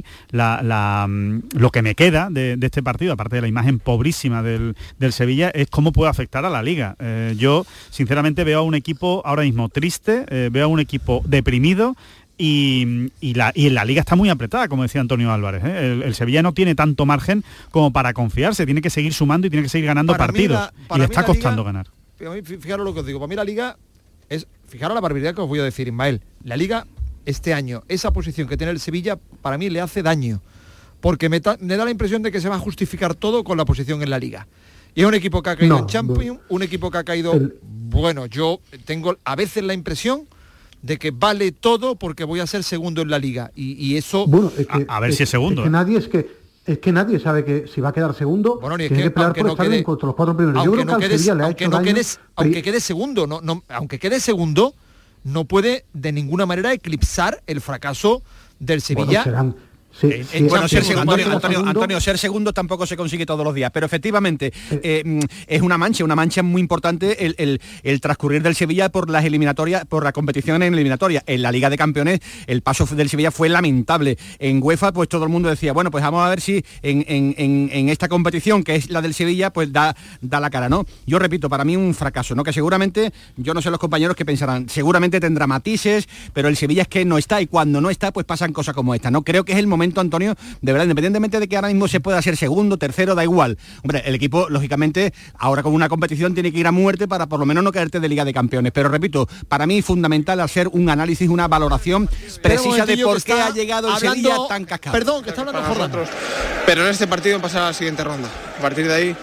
lo que me queda de este partido, aparte de la imagen pobrísima del Sevilla, es cómo puede afectar a la Liga. Yo sinceramente veo a un equipo ahora mismo triste, veo a un equipo deprimido, y en la Liga está muy apretada, como decía Antonio Álvarez, ¿eh? El Sevilla no tiene tanto margen como para confiarse, tiene que seguir sumando y tiene que seguir ganando partidos, y le está costando ganar. Fijaros lo que os digo, para mí la Liga es, fijaros la barbaridad que os voy a decir, Ismael, la Liga este año, esa posición que tiene el Sevilla, para mí le hace daño, porque me da la impresión de que se va a justificar todo con la posición en la Liga. Y es un equipo que ha caído en Champions, un equipo que ha caído, bueno, yo tengo a veces la impresión de que vale todo porque voy a ser segundo en la Liga, y eso, bueno, es que, a ver si es segundo. Es que nadie sabe que si va a quedar segundo, bueno, tiene que pelear por estar contra los 4 primeros. Yo creo que al Sevilla le ha hecho daño. Aunque quede segundo, aunque quede segundo, no puede de ninguna manera eclipsar el fracaso del Sevilla. Bueno, bueno, ser segundo, Antonio, ser segundo tampoco se consigue todos los días, pero efectivamente es una mancha muy importante el transcurrir del Sevilla por las eliminatorias, por la competición en eliminatoria. En la Liga de Campeones el paso del Sevilla fue lamentable. En UEFA pues todo el mundo decía, bueno, pues vamos a ver si en esta competición, que es la del Sevilla, pues da la cara, ¿no? Yo repito, para mí un fracaso, ¿no? Que seguramente, yo no sé los compañeros que pensarán, seguramente tendrá matices, pero el Sevilla es que no está, y cuando no está pues pasan cosas como esta, ¿no? Creo que es el momento, Antonio, de verdad, independientemente de que ahora mismo se pueda ser segundo, tercero, da igual. Hombre, el equipo, lógicamente, ahora con una competición tiene que ir a muerte para por lo menos no caerte de Liga de Campeones. Pero repito, para mí es fundamental hacer un análisis, una valoración precisa de por qué ha llegado el Sevilla tan cascado. Perdón, que está hablando nosotros. Pero en este partido pasar a la siguiente ronda. A partir de ahí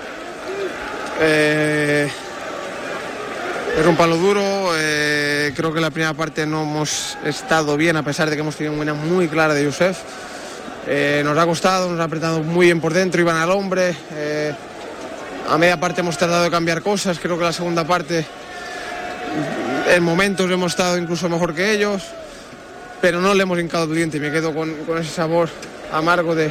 es un palo duro. Creo que la primera parte no hemos estado bien, a pesar de que hemos tenido una muy clara de Youssef. Nos ha costado, nos ha apretado muy bien por dentro, iban al hombre. A media parte hemos tratado de cambiar cosas. Creo que la segunda parte en momentos hemos estado incluso mejor que ellos, pero no le hemos hincado el diente, y me quedo con ese sabor amargo de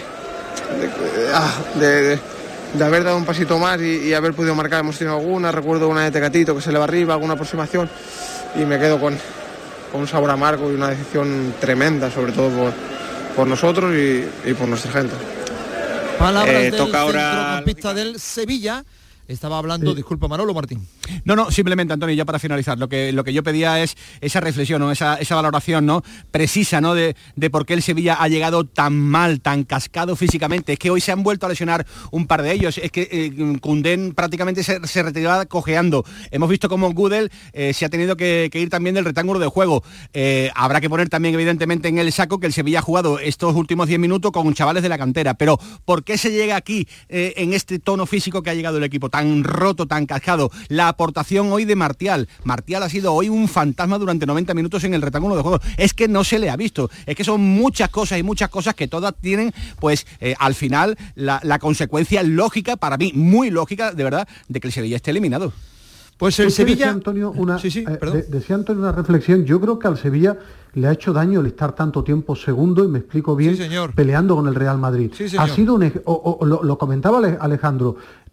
haber dado un pasito más y haber podido marcar. Hemos tenido alguna, recuerdo una de Tecatito que se le va arriba, alguna aproximación, y me quedo con un sabor amargo y una decisión tremenda, sobre todo por nosotros y por nuestra gente. Palabras del centrocampista del Sevilla. Estaba hablando, disculpa Manolo, Martín. No, simplemente, Antonio, ya para finalizar, lo que yo pedía es esa reflexión, ¿no? esa valoración, ¿no? Precisa, ¿no? De por qué el Sevilla ha llegado tan mal, tan cascado físicamente. Es que hoy se han vuelto a lesionar un par de ellos. Es que Koundé prácticamente se retiraba cojeando. Hemos visto cómo Gudel se ha tenido que ir también del rectángulo de juego. Habrá que poner también, evidentemente, en el saco que el Sevilla ha jugado estos últimos 10 minutos con chavales de la cantera. Pero ¿por qué se llega aquí en este tono físico que ha llegado el equipo? Tan roto, tan cascado. La aportación hoy de Martial. Martial ha sido hoy un fantasma durante 90 minutos en el rectángulo de juego. Es que no se le ha visto. Es que son muchas cosas que todas tienen, pues, al final, la consecuencia lógica, para mí, muy lógica, de verdad, de que el Sevilla esté eliminado. Pues el Sevilla... Decía Antonio una reflexión. Yo creo que al Sevilla le ha hecho daño el estar tanto tiempo segundo, y me explico bien, peleando con el Real Madrid. Sí, ha sido lo comentaba Alejandro.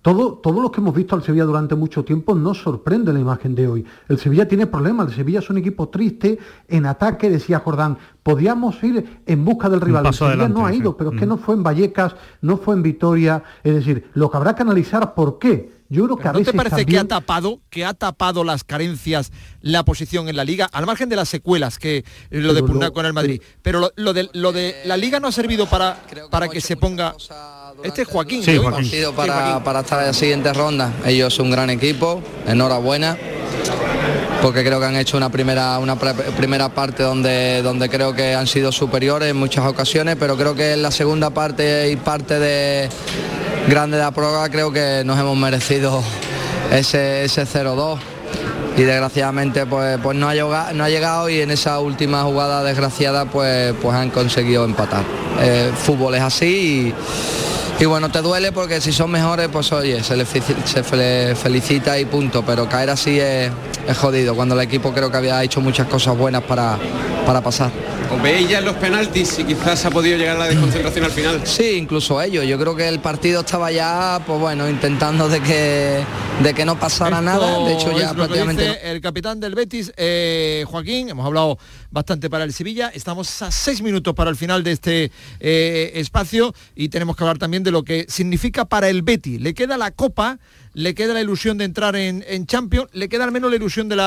Todo lo que hemos visto al Sevilla durante mucho tiempo nos sorprende la imagen de hoy. El Sevilla tiene problemas, el Sevilla es un equipo triste, en ataque, decía Jordán, podíamos ir en busca del rival. El Sevilla adelante, no ha ido, pero es que no fue en Vallecas, no fue en Vitoria, es decir, lo que habrá que analizar por qué. Yo creo que a veces ¿no te parece también... que ha tapado las carencias la posición en la Liga, al margen de las secuelas que lo de Pugnar con el Madrid? Pero lo de la Liga no ha servido para que se ponga... Este es Joaquín. Sí, Joaquín. Ha sido para estar en la siguiente ronda. Ellos son un gran equipo, enhorabuena, porque creo que han hecho una primera parte donde creo que han sido superiores en muchas ocasiones, pero creo que en la segunda parte y parte de grande de la prórroga creo que nos hemos merecido ese 0-2 y desgraciadamente pues no ha llegado y en esa última jugada desgraciada pues han conseguido empatar. Fútbol es así y bueno, te duele porque si son mejores, pues oye, se le felicita y punto, pero caer así es jodido, cuando el equipo creo que había hecho muchas cosas buenas para pasar. ¿Os veis ya en los penaltis y quizás ha podido llegar a la desconcentración al final? Sí, incluso ellos. Yo creo que el partido estaba ya, pues bueno, intentando de que no pasara nada. De hecho, ya prácticamente... El capitán del Betis, Joaquín, hemos hablado bastante para el Sevilla. Estamos a 6 minutos para el final de este espacio y tenemos que hablar también de lo que significa para el Betis. Le queda la Copa, le queda la ilusión de entrar en Champions, le queda al menos la ilusión de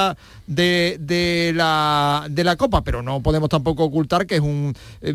la Copa, pero no podemos tampoco ocultar que es un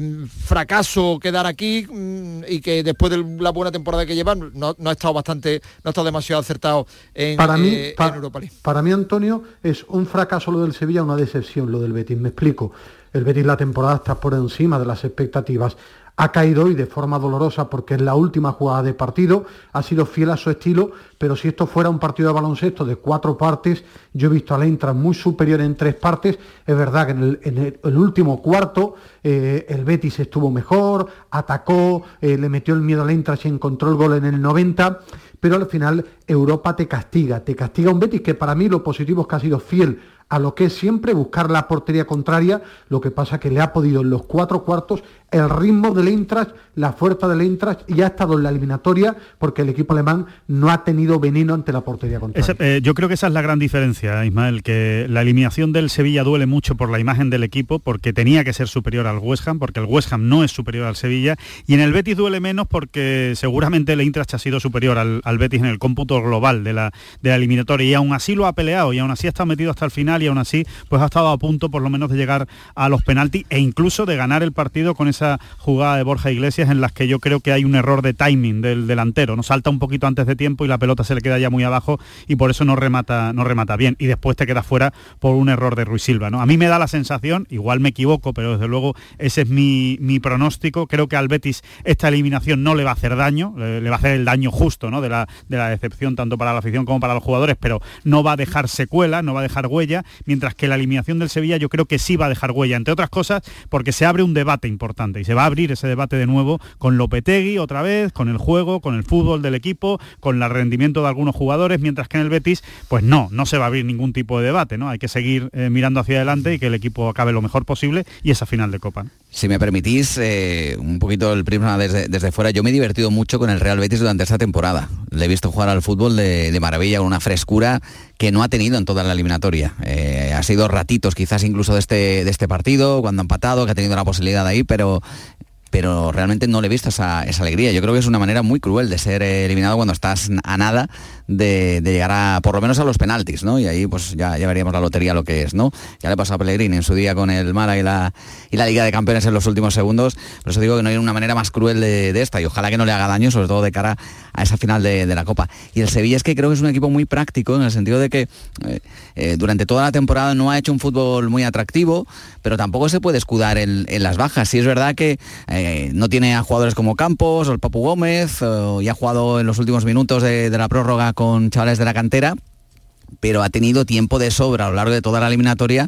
fracaso quedar aquí y que después de la buena temporada que llevan no ha estado demasiado acertado en Europa League. Para mí, Antonio, es un fracaso lo del Sevilla, una decepción lo del Betis. Me explico. El Betis la temporada está por encima de las expectativas. Ha caído hoy de forma dolorosa porque es la última jugada de partido, ha sido fiel a su estilo, pero si esto fuera un partido de baloncesto de 4 partes, yo he visto al Eintracht muy superior en 3 partes. Es verdad que en el último cuarto el Betis estuvo mejor, atacó, le metió el miedo al Eintracht y encontró el gol en el 90, pero al final Europa te castiga un Betis que para mí lo positivo es que ha sido fiel a lo que es siempre buscar la portería contraria, lo que pasa que le ha podido en los 4 cuartos el ritmo del Eintracht, la fuerza del Eintracht, y ha estado en la eliminatoria porque el equipo alemán no ha tenido veneno ante la portería contraria. Yo creo que esa es la gran diferencia, Ismael, que la eliminación del Sevilla duele mucho por la imagen del equipo, porque tenía que ser superior al West Ham, porque el West Ham no es superior al Sevilla, y en el Betis duele menos porque seguramente el Eintracht ha sido superior al Betis en el cómputo global de la eliminatoria, y aún así lo ha peleado, y aún así ha estado metido hasta el final, y aún así pues ha estado a punto por lo menos de llegar a los penaltis e incluso de ganar el partido con esa jugada de Borja Iglesias en las que yo creo que hay un error de timing del delantero, no salta un poquito antes de tiempo y la pelota se le queda ya muy abajo y por eso no remata bien, y después te queda fuera por un error de Ruiz Silva, ¿no? A mí me da la sensación, igual me equivoco, pero desde luego ese es mi pronóstico. Creo que al Betis esta eliminación no le va a hacer daño, le va a hacer el daño justo, ¿no? de la decepción tanto para la afición como para los jugadores, pero no va a dejar secuela, no va a dejar huella, mientras que la eliminación del Sevilla yo creo que sí va a dejar huella, entre otras cosas porque se abre un debate importante y se va a abrir ese debate de nuevo con Lopetegui otra vez, con el juego, con el fútbol del equipo, con el rendimiento de algunos jugadores, mientras que en el Betis pues no se va a abrir ningún tipo de debate, ¿no? Hay que seguir mirando hacia adelante y que el equipo acabe lo mejor posible y esa final de Copa. Si me permitís, un poquito el prisma desde fuera, yo me he divertido mucho con el Real Betis durante esta temporada. Le he visto jugar al fútbol de maravilla, con una frescura que no ha tenido en toda la eliminatoria. Ha sido ratitos quizás incluso de este partido, cuando ha empatado, que ha tenido la posibilidad de ahí, pero realmente no le he visto esa alegría. Yo creo que es una manera muy cruel de ser eliminado cuando estás a nada de llegar por lo menos a los penaltis, ¿no? Y ahí pues ya veríamos la lotería lo que es, ¿no? Ya le pasó a Pellegrini en su día con el Málaga y la Liga de Campeones en los últimos segundos. Por eso digo que no hay una manera más cruel de esta, y ojalá que no le haga daño, sobre todo de cara a esa final de la Copa. Y el Sevilla es que creo que es un equipo muy práctico, en el sentido de que durante toda la temporada no ha hecho un fútbol muy atractivo, pero tampoco se puede escudar en las bajas. Sí es verdad que no tiene a jugadores como Campos o el Papu Gómez, y ha jugado en los últimos minutos de la prórroga con chavales de la cantera, pero ha tenido tiempo de sobra a lo largo de toda la eliminatoria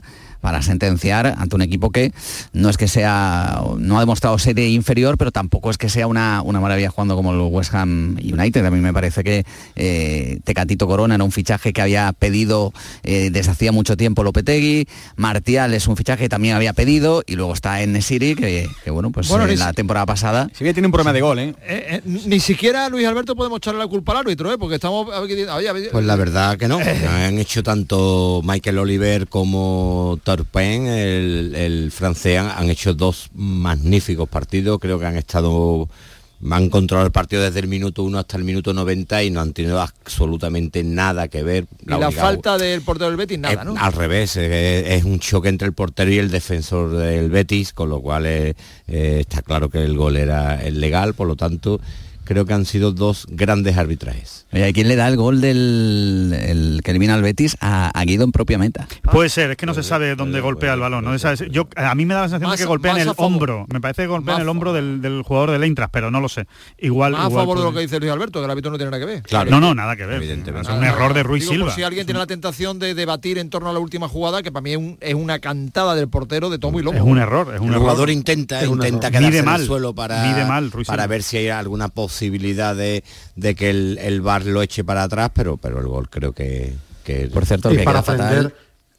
para sentenciar ante un equipo que no es que sea, no ha demostrado ser inferior, pero tampoco es que sea una maravilla jugando como el West Ham United. A mí me parece que Tecatito Corona era un fichaje que había pedido desde hacía mucho tiempo Lopetegui. Martial es un fichaje que también había pedido, y luego está En-Nesyri, que bueno, pues la temporada pasada Sevilla tiene un problema de gol, ni siquiera Luis Alberto podemos echarle la culpa al árbitro, porque estamos pues la verdad que no. Han hecho tanto Michael Oliver como Turpin, el francés, han hecho dos magníficos partidos. Creo que han controlado el partido desde el minuto 1 hasta el minuto 90 y no han tenido absolutamente nada que ver. Y la falta del portero del Betis, nada, ¿no? Al revés, es un choque entre el portero y el defensor del Betis, con lo cual está claro que el gol era legal, por lo tanto creo que han sido dos grandes arbitrajes. Oye, ¿quién le da el gol del que elimina al Betis a Guido en propia meta? Puede ser, es que no se sabe dónde golpea el balón, ¿no? A mí me da la sensación de que golpea en el hombro. Me parece que golpea en el hombro del jugador del Eintracht, pero no lo sé. Igual a favor de lo que dice Luis Alberto, que el árbitro no tiene nada que ver. Claro. No, nada que ver. Evidentemente. Es un error de Ruiz Silva. Por si alguien tiene la tentación de debatir en torno a la última jugada, que para mí es una cantada del portero de Tomo y Lomo. Es un error. El jugador intenta quedarse en el suelo para ver si hay alguna posibilidad de que el VAR lo eche para atrás, pero el gol creo que por cierto, y para aprender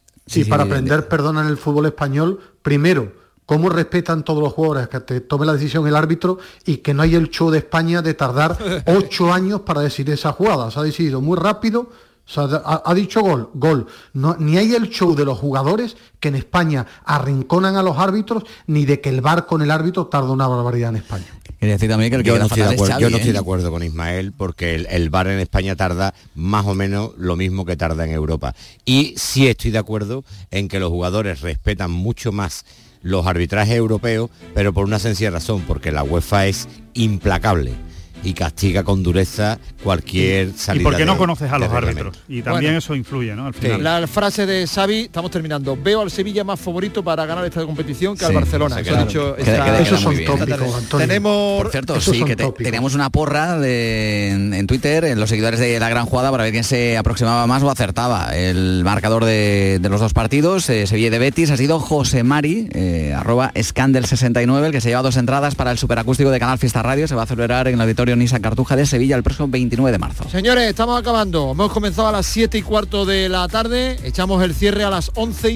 perdón, en el fútbol español, primero, cómo respetan todos los jugadores, que te tome la decisión el árbitro, y que no hay el show de España de tardar 8 años para decidir esa jugada. Se ha decidido muy rápido. O sea, ha dicho gol. No, ni hay el show de los jugadores, que en España arrinconan a los árbitros, ni de que el VAR con el árbitro tarda una barbaridad en España. Quería decir también que yo no estoy de acuerdo con Ismael, porque el VAR en España tarda más o menos lo mismo que tarda en Europa. Y sí estoy de acuerdo en que los jugadores respetan mucho más los arbitrajes europeos, pero por una sencilla razón, porque la UEFA es implacable y castiga con dureza cualquier salida. Y porque no conoces a los árbitros. Y también eso influye, ¿no? Al final. La frase de Xavi, estamos terminando. Veo al Sevilla más favorito para ganar esta competición que al Barcelona. Esos son tópicos, Antonio. Por cierto, teníamos una porra en Twitter, en los seguidores de La Gran Jugada, para ver quién se aproximaba más o acertaba. El marcador de los dos partidos, Sevilla y de Betis, ha sido José Mari, @Scandel69, el que se lleva 2 entradas para el superacústico de Canal Fiesta Radio. Se va a celebrar en el auditorio Nissan Cartuja de Sevilla el próximo 29 de marzo. Señores, estamos acabando. Hemos comenzado a las 7:15 de la tarde. Echamos el cierre a las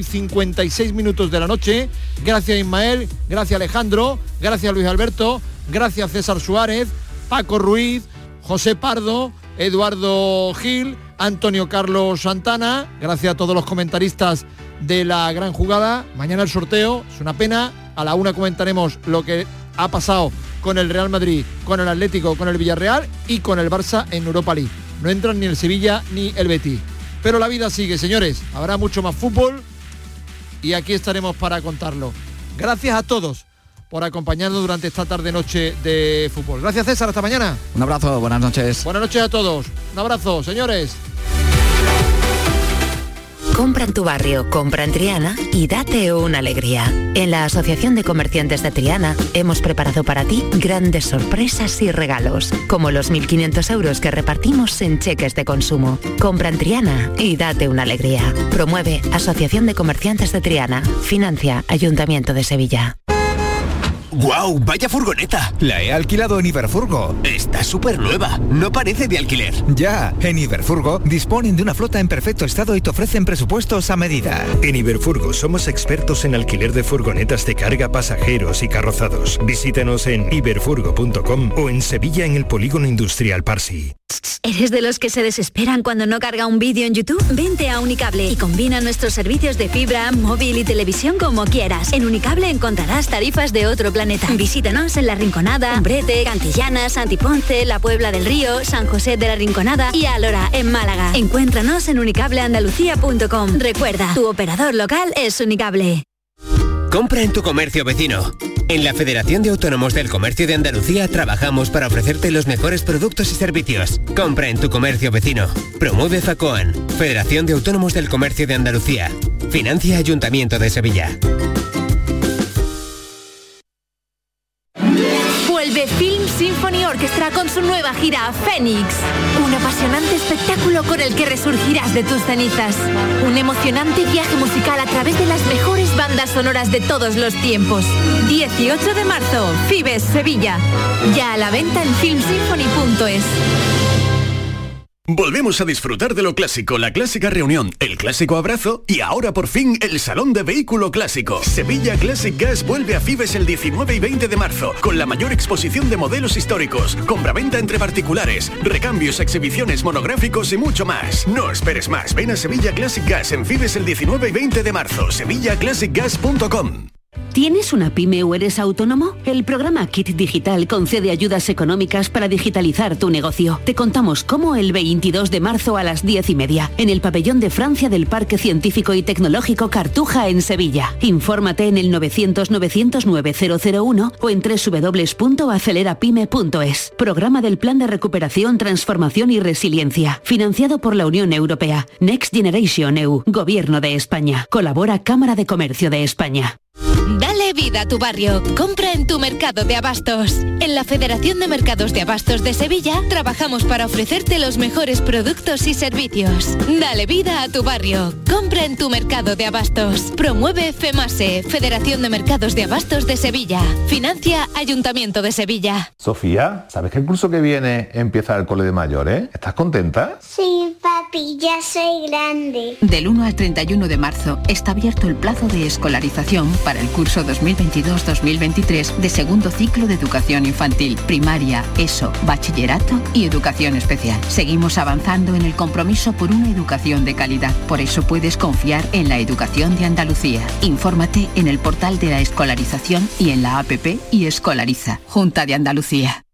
11:56 de la noche. Gracias Ismael, gracias Alejandro, gracias Luis Alberto, gracias César Suárez, Paco Ruiz, José Pardo, Eduardo Gil, Antonio Carlos Santana. Gracias a todos los comentaristas de La Gran Jugada. Mañana el sorteo, es una pena. A la 1 comentaremos lo que ha pasado con el Real Madrid, con el Atlético, con el Villarreal y con el Barça en Europa League. No entran ni el Sevilla ni el Betis. Pero la vida sigue, señores. Habrá mucho más fútbol y aquí estaremos para contarlo. Gracias a todos por acompañarnos durante esta tarde-noche de fútbol. Gracias, César. Hasta mañana. Un abrazo. Buenas noches. Buenas noches a todos. Un abrazo, señores. Compra en tu barrio, compra en Triana y date una alegría. En la Asociación de Comerciantes de Triana hemos preparado para ti grandes sorpresas y regalos, como los 1.500 euros que repartimos en cheques de consumo. Compra en Triana y date una alegría. Promueve Asociación de Comerciantes de Triana. Financia Ayuntamiento de Sevilla. ¡Guau! ¡Vaya furgoneta! La he alquilado en Iberfurgo. Está súper nueva. No parece de alquiler. Ya, en Iberfurgo disponen de una flota en perfecto estado y te ofrecen presupuestos a medida. En Iberfurgo somos expertos en alquiler de furgonetas de carga, pasajeros y carrozados. Visítanos en iberfurgo.com o en Sevilla en el Polígono Industrial Parsi. ¿Eres de los que se desesperan cuando no carga un vídeo en YouTube? Vente a Unicable y combina nuestros servicios de fibra, móvil y televisión como quieras. En Unicable encontrarás tarifas de otro planeta. Visítanos en La Rinconada, Umbrete, Cantillana, Santiponce, La Puebla del Río, San José de la Rinconada y Alora, en Málaga. Encuéntranos en unicableandalucía.com. Recuerda, tu operador local es Unicable. Compra en tu comercio vecino. En la Federación de Autónomos del Comercio de Andalucía trabajamos para ofrecerte los mejores productos y servicios. Compra en tu comercio vecino. Promueve FACOAN, Federación de Autónomos del Comercio de Andalucía. Financia Ayuntamiento de Sevilla. Vuelve Film Symphony Orchestra con su nueva gira Fénix. Un apasionante espectáculo pero con el que resurgirás de tus cenizas. Un emocionante viaje musical a través de las mejores bandas sonoras de todos los tiempos. 18 de marzo, Fibes Sevilla. Ya a la venta en filmsymphony.es. Volvemos a disfrutar de lo clásico, la clásica reunión, el clásico abrazo y ahora por fin el Salón de Vehículo Clásico. Sevilla Classic Gas vuelve a Fibes el 19 y 20 de marzo con la mayor exposición de modelos históricos, compraventa entre particulares, recambios, exhibiciones, monográficos y mucho más. No esperes más, ven a Sevilla Classic Gas en Fibes el 19 y 20 de marzo, sevillaclassicgas.com. ¿Tienes una pyme o eres autónomo? El programa Kit Digital concede ayudas económicas para digitalizar tu negocio. Te contamos cómo el 22 de marzo a las 10:30 en el pabellón de Francia del Parque Científico y Tecnológico Cartuja en Sevilla. Infórmate en el 900-909-001 o en www.acelerapyme.es. Programa del Plan de Recuperación, Transformación y Resiliencia. Financiado por la Unión Europea. Next Generation EU. Gobierno de España. Colabora Cámara de Comercio de España. Dale vida a tu barrio. Compra en tu mercado de abastos. En la Federación de Mercados de Abastos de Sevilla trabajamos para ofrecerte los mejores productos y servicios. Dale vida a tu barrio. Compra en tu mercado de abastos. Promueve FEMASE, Federación de Mercados de Abastos de Sevilla. Financia Ayuntamiento de Sevilla. Sofía, ¿sabes que el curso que viene empieza el cole de mayores? ¿Estás contenta? Sí, papi, ya soy grande. Del 1 al 31 de marzo está abierto el plazo de escolarización para el curso 2022-2023 de segundo ciclo de educación infantil, primaria, ESO, bachillerato y educación especial. Seguimos avanzando en el compromiso por una educación de calidad. Por eso puedes confiar en la educación de Andalucía. Infórmate en el portal de la escolarización y en la APP y Escolariza, Junta de Andalucía.